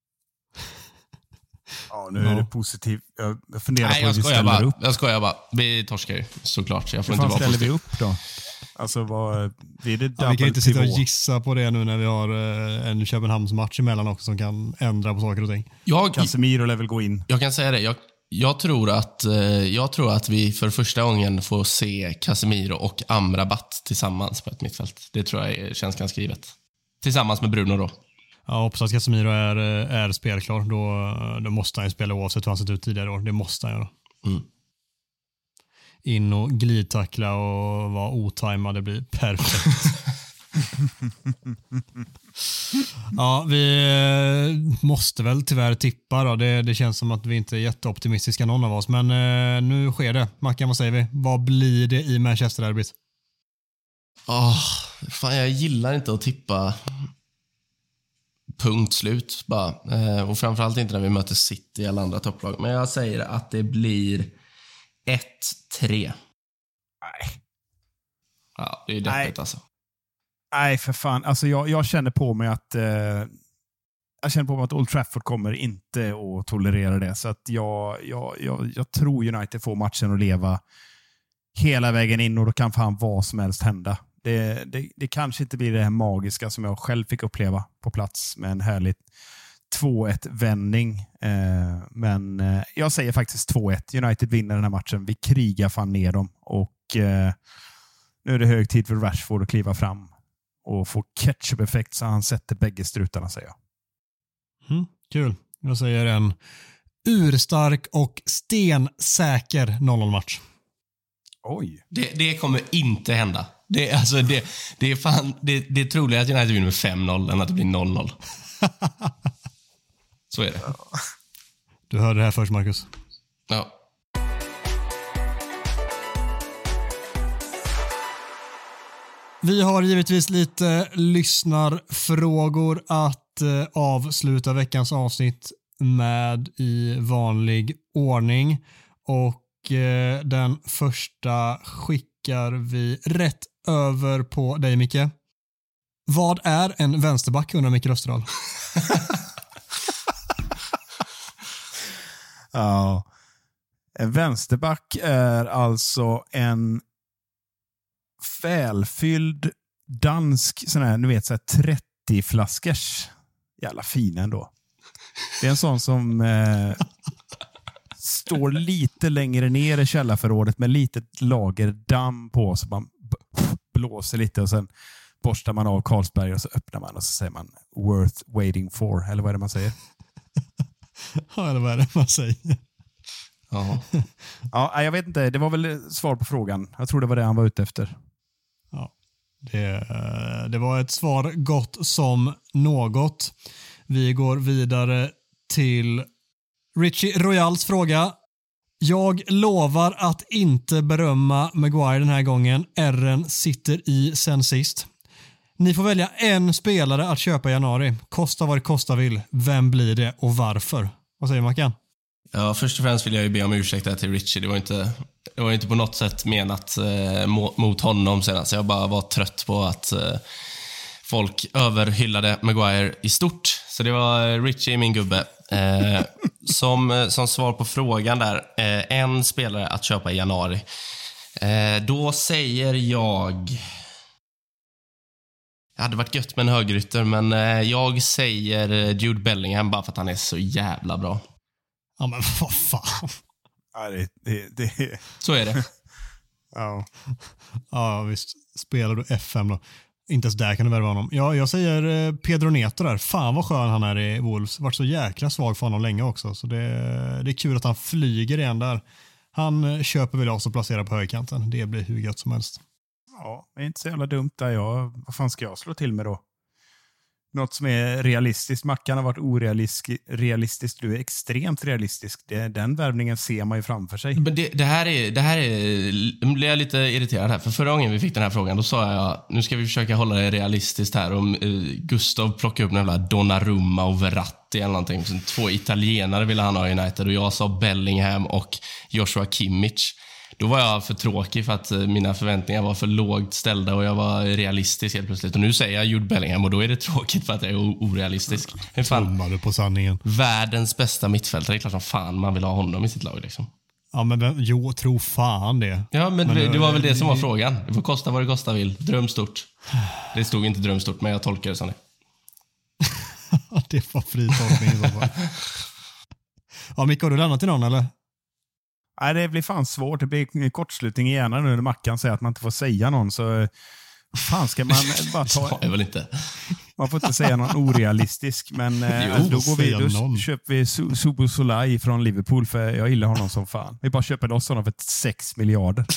Ja, nu är det positivt. Jag funderar nej, på hur vi ställer bara, upp. Jag skojar bara. Vi torskar ju, såklart. Jag får Hur fan inte vara ställer positiv. vi upp då? Alltså, vad, blir det Ja, vi kan inte sitta och pivot? gissa på det nu när vi har en Köpenhamnsmatch emellan också som kan ändra på saker och ting. Jag, Casemiro lär väl gå in. jag kan säga det. Jag, jag, tror att, jag tror att vi för första gången får se Casemiro och Amrabat tillsammans på ett mittfält. Det tror jag känns ganska givet. Tillsammans med Bruno då. Ja, hoppas att Casemiro är, är spelklar. Då, då måste han ju spela oavsett hur han sett ut tidigare år. Det måste han göra. Mm. In och glidtackla och vara otajmad. Det blir perfekt. Ja, vi måste väl tyvärr tippa då. Det, det känns som att vi inte är jätteoptimistiska någon av oss. Men eh, nu sker det. Mackan, vad säger vi? Vad blir det i Manchester-derbyt? Oh, fan, jag gillar inte att tippa punkt slut bara. Eh, och framförallt inte när vi möter City eller andra topplag. Men jag säger att det blir ett tre. Nej. Ja, det är deppigt alltså. Nej, för fan. Alltså jag, jag känner på mig att eh, jag känner på mig att Old Trafford kommer inte att tolerera det. Så att jag, jag, jag, jag tror United får matchen att leva hela vägen in och då kan fan vad som helst hända. Det, det, det kanske inte blir det här magiska som jag själv fick uppleva på plats med en härlig två ett-vändning. Eh, men eh, jag säger faktiskt två ett. United vinner den här matchen. Vi krigar fan ner dem. Och eh, nu är det hög tid för Rashford att kliva fram och få ketchup-effekt så han sätter bägge strutarna, säger jag. Mm, kul. Jag säger en urstark och stensäker noll noll-match. Oj. Det, det kommer inte hända. Det, alltså det, det, är fan, det, det är troligt att United vinner med fem noll än att det blir noll noll. Så är det. Du hörde det här först, Marcus. Ja. Vi har givetvis lite lyssnarfrågor att eh, avsluta veckans avsnitt med i vanlig ordning. Och eh, den första skickar vi rätt över på dig, Micke. Vad är en vänsterback, undrar Micke Österdahl? Ja. En vänsterback är alltså en välfylld dansk sån här, nu vet, så här trettio flaskers. Jävla fin ändå. Det är en sån som eh, står lite längre ner i källarförrådet med litet lager damm på, så man b- blåser lite och sen borstar man av Carlsberg och så öppnar man och så säger man worth waiting for, eller vad är det man säger? Ja, eller vad är det man säger? Ja. Ja, jag vet inte, det var väl svar på frågan. Jag tror det var det han var ute efter. Ja, det, det var ett svar gott som något. Vi går vidare till Richie Royals fråga. Jag lovar att inte berömma Maguire den här gången. R'n sitter i sen sist. Ni får välja en spelare att köpa i januari. Kosta vad det kosta vill. Vem blir det och varför? Vad säger Mackan? Ja, först och främst vill jag ju be om ursäkt här till Richie. Det var inte, det var inte på något sätt menat eh, mot honom senast. Jag bara var trött på att eh, folk överhyllade Maguire i stort. Så det var Richie, min gubbe. Eh, som, som svar på frågan där. Eh, en spelare att köpa i januari. Eh, då säger jag... Det hade varit gött med en högrytter, men eh, jag säger Jude Bellingham bara för att han är så jävla bra. Ja, men vad fan. Ja, det, det, det. Så är det. Ja. Ja, visst. Spelar du F M då? Inte ens där kan du värva honom. Ja, jag säger Pedro Neto där. Fan vad skön han är i Wolves. Varit så jäkla svag för honom länge också. Så det, det är kul att han flyger igen där. Han köper väl oss och placerar på högerkanten. Det blir hur gött som helst. Ja, det är inte så jävla dumt där. Jag, vad fan ska jag slå till med då? Något som är realistiskt. Mackan har varit orealistisk. Du är extremt realistisk. Det, den värvningen ser man ju framför sig. Men det, det här är... Det här är nu blir jag lite irriterad här. För förra gången vi fick den här frågan, då sa jag, nu ska vi försöka hålla det realistiskt här. Om uh, Gustav plockar upp den jävla Donnarumma och Verratti eller någonting. Så två italienare ville han ha i United. Och jag sa Bellingham och Joshua Kimmich. Då var jag för tråkig för att mina förväntningar var för lågt ställda och jag var realistisk helt plötsligt. Och nu säger jag Jude Bellingham och då är det tråkigt för att jag är orealistisk. Hur fan? Du på sanningen. Världens bästa mittfältare, det är klart som fan man vill ha honom i sitt lag liksom. Ja, men den, jo, tro fan det. Ja, men, men det, det var väl det som var det, frågan. Det får kosta vad det kosta vill. Drömstort. Det stod inte drömstort, men jag tolkar det som det. Det var fri tolkning i så fall. Ja, Micke, har du lämnat till någon eller? Nej, det blir fan svårt. Det blir kortslutning i hjärnan nu när Mackan säger att man inte får säga någon. Så fan ska man bara ta... Jag väl inte. Man får inte säga någon orealistisk, men eh, Jo, då, går vi, säga någon. då köper vi Su- Szoboszlai från Liverpool, för jag gillar honom som fan. Vi bara köper loss honom för sex miljarder.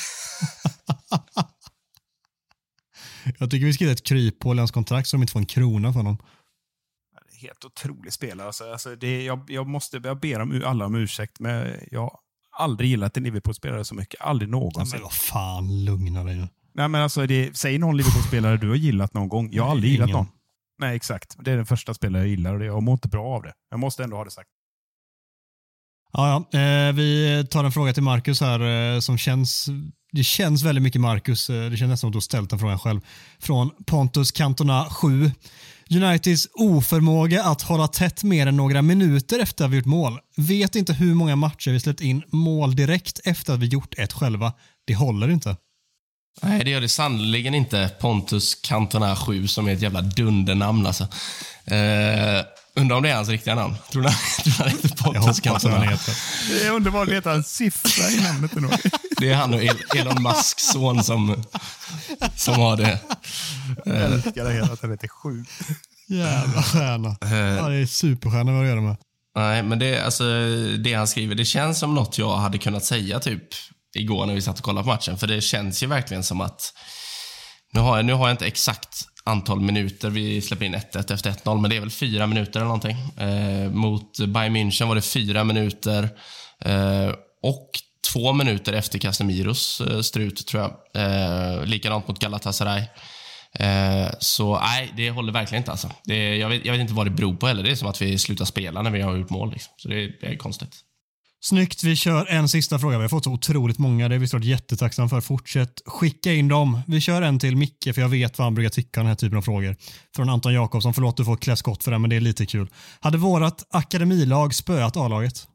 Jag tycker vi ska ge ett kryphål i hans kontrakt så de inte får en krona för honom. Helt otrolig spelare. Alltså, alltså det, jag, jag, måste, jag ber om, alla om ursäkt, men jag har aldrig gillat en Liverpool-spelare så mycket. Aldrig någonsin. Men vad fan, lugna dig nu. Nej, men alltså, det, säg någon Liverpool-spelare du har gillat någon gång. Jag har aldrig Ingen. gillat någon. Nej, exakt. Det är den första spelare jag gillar och det, jag mår inte bra av det. Jag måste ändå ha det sagt. Ja, ja. Eh, vi tar en fråga till Marcus här eh, som känns... Det känns väldigt mycket Marcus. Eh, det känns nästan som att du har ställt den frågan själv. Från Pontus Cantona sju. Uniteds oförmåga att hålla tätt mer än några minuter efter att vi gjort mål. Vet inte hur många matcher vi släppt in mål direkt efter att vi gjort ett själva. Det håller inte. Nej, det gör det sannoliken inte. Pontus Cantona sju som är ett jävla dundernamn alltså. Eh, undrar om det är hans riktiga namn. Tror du han heter Pontus Cantona? Det är underbart att leta en siffra i namnet ändå. Det är han och Elon Musks son som, som har det. Jag älskar det hela att det heter sju. Jävla stjärna. Ja, det är superstjärna vad du gör med. Nej, men det, alltså, det han skriver, det känns som något jag hade kunnat säga typ igår när vi satt och kollade på matchen. För det känns ju verkligen som att nu har jag, nu har jag inte exakt antal minuter vi släpper in ett ett efter ett noll, men det är väl fyra minuter eller någonting. Eh, mot Bayern München var det fyra minuter eh, och två minuter efter Casemiros eh, strut tror jag. Eh, likadant mot Galatasaray. Eh, så nej, det håller verkligen inte alltså. Det, jag, vet, jag vet inte vad det beror på heller. Det är som att vi slutar spela när vi har gjort mål liksom. Så det, det är konstigt. Snyggt, vi kör en sista fråga. Vi har fått så otroligt många. Det är vi såklart jättetacksamma för. Fortsätt skicka in dem. Vi kör en till Micke, för jag vet vad han brukar tycka om den här typen av frågor. Från Anton Jakobsson. Förlåt, du får klä skott för det, men det är lite kul. Hade vårat akademilag spöat A-laget?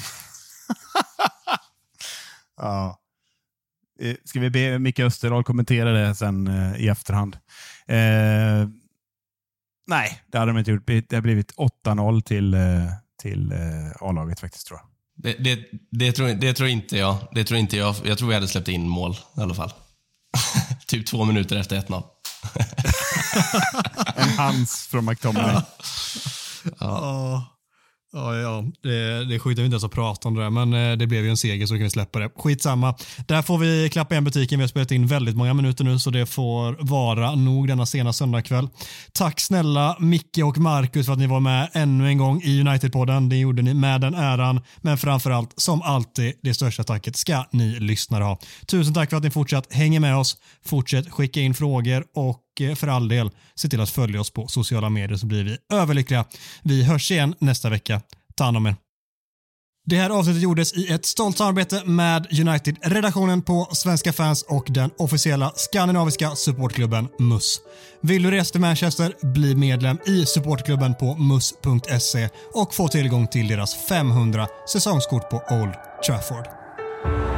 Ja. Ska vi be Micke Österdahl kommentera det sen eh, i efterhand? Eh, nej, det hade de inte gjort. Det har blivit åtta noll till, eh, till eh, A-laget faktiskt, tror jag. Det, det, det, tror, det tror inte jag. Det tror inte jag. Jag tror vi hade släppt in mål i alla fall. Typ två minuter efter ett noll. En hands från McTominay. Ja. Ja. Ja, ja. Det, det skiter vi inte ens att prata om det där, men det blev ju en seger så kan vi släppa det. Skitsamma. Där får vi klappa igen butiken. Vi har spelat in väldigt många minuter nu så det får vara nog denna sena söndagkväll. Tack snälla Micke och Marcus för att ni var med ännu en gång i United-podden. Det gjorde ni med den äran, men framförallt som alltid det största tacket ska ni lyssnare ha. Tusen tack för att ni fortsatt hänger med oss. Fortsätt skicka in frågor och för all del, se till att följa oss på sociala medier så blir vi överlyckliga. Vi hörs igen nästa vecka. Ta hand om er. Det här avsnittet gjordes i ett stolt samarbete med United-redaktionen på Svenska fans och den officiella skandinaviska supportklubben M U S. Vill du resa till Manchester, bli medlem i supportklubben på mus punkt se och få tillgång till deras femhundra säsongskort på Old Trafford.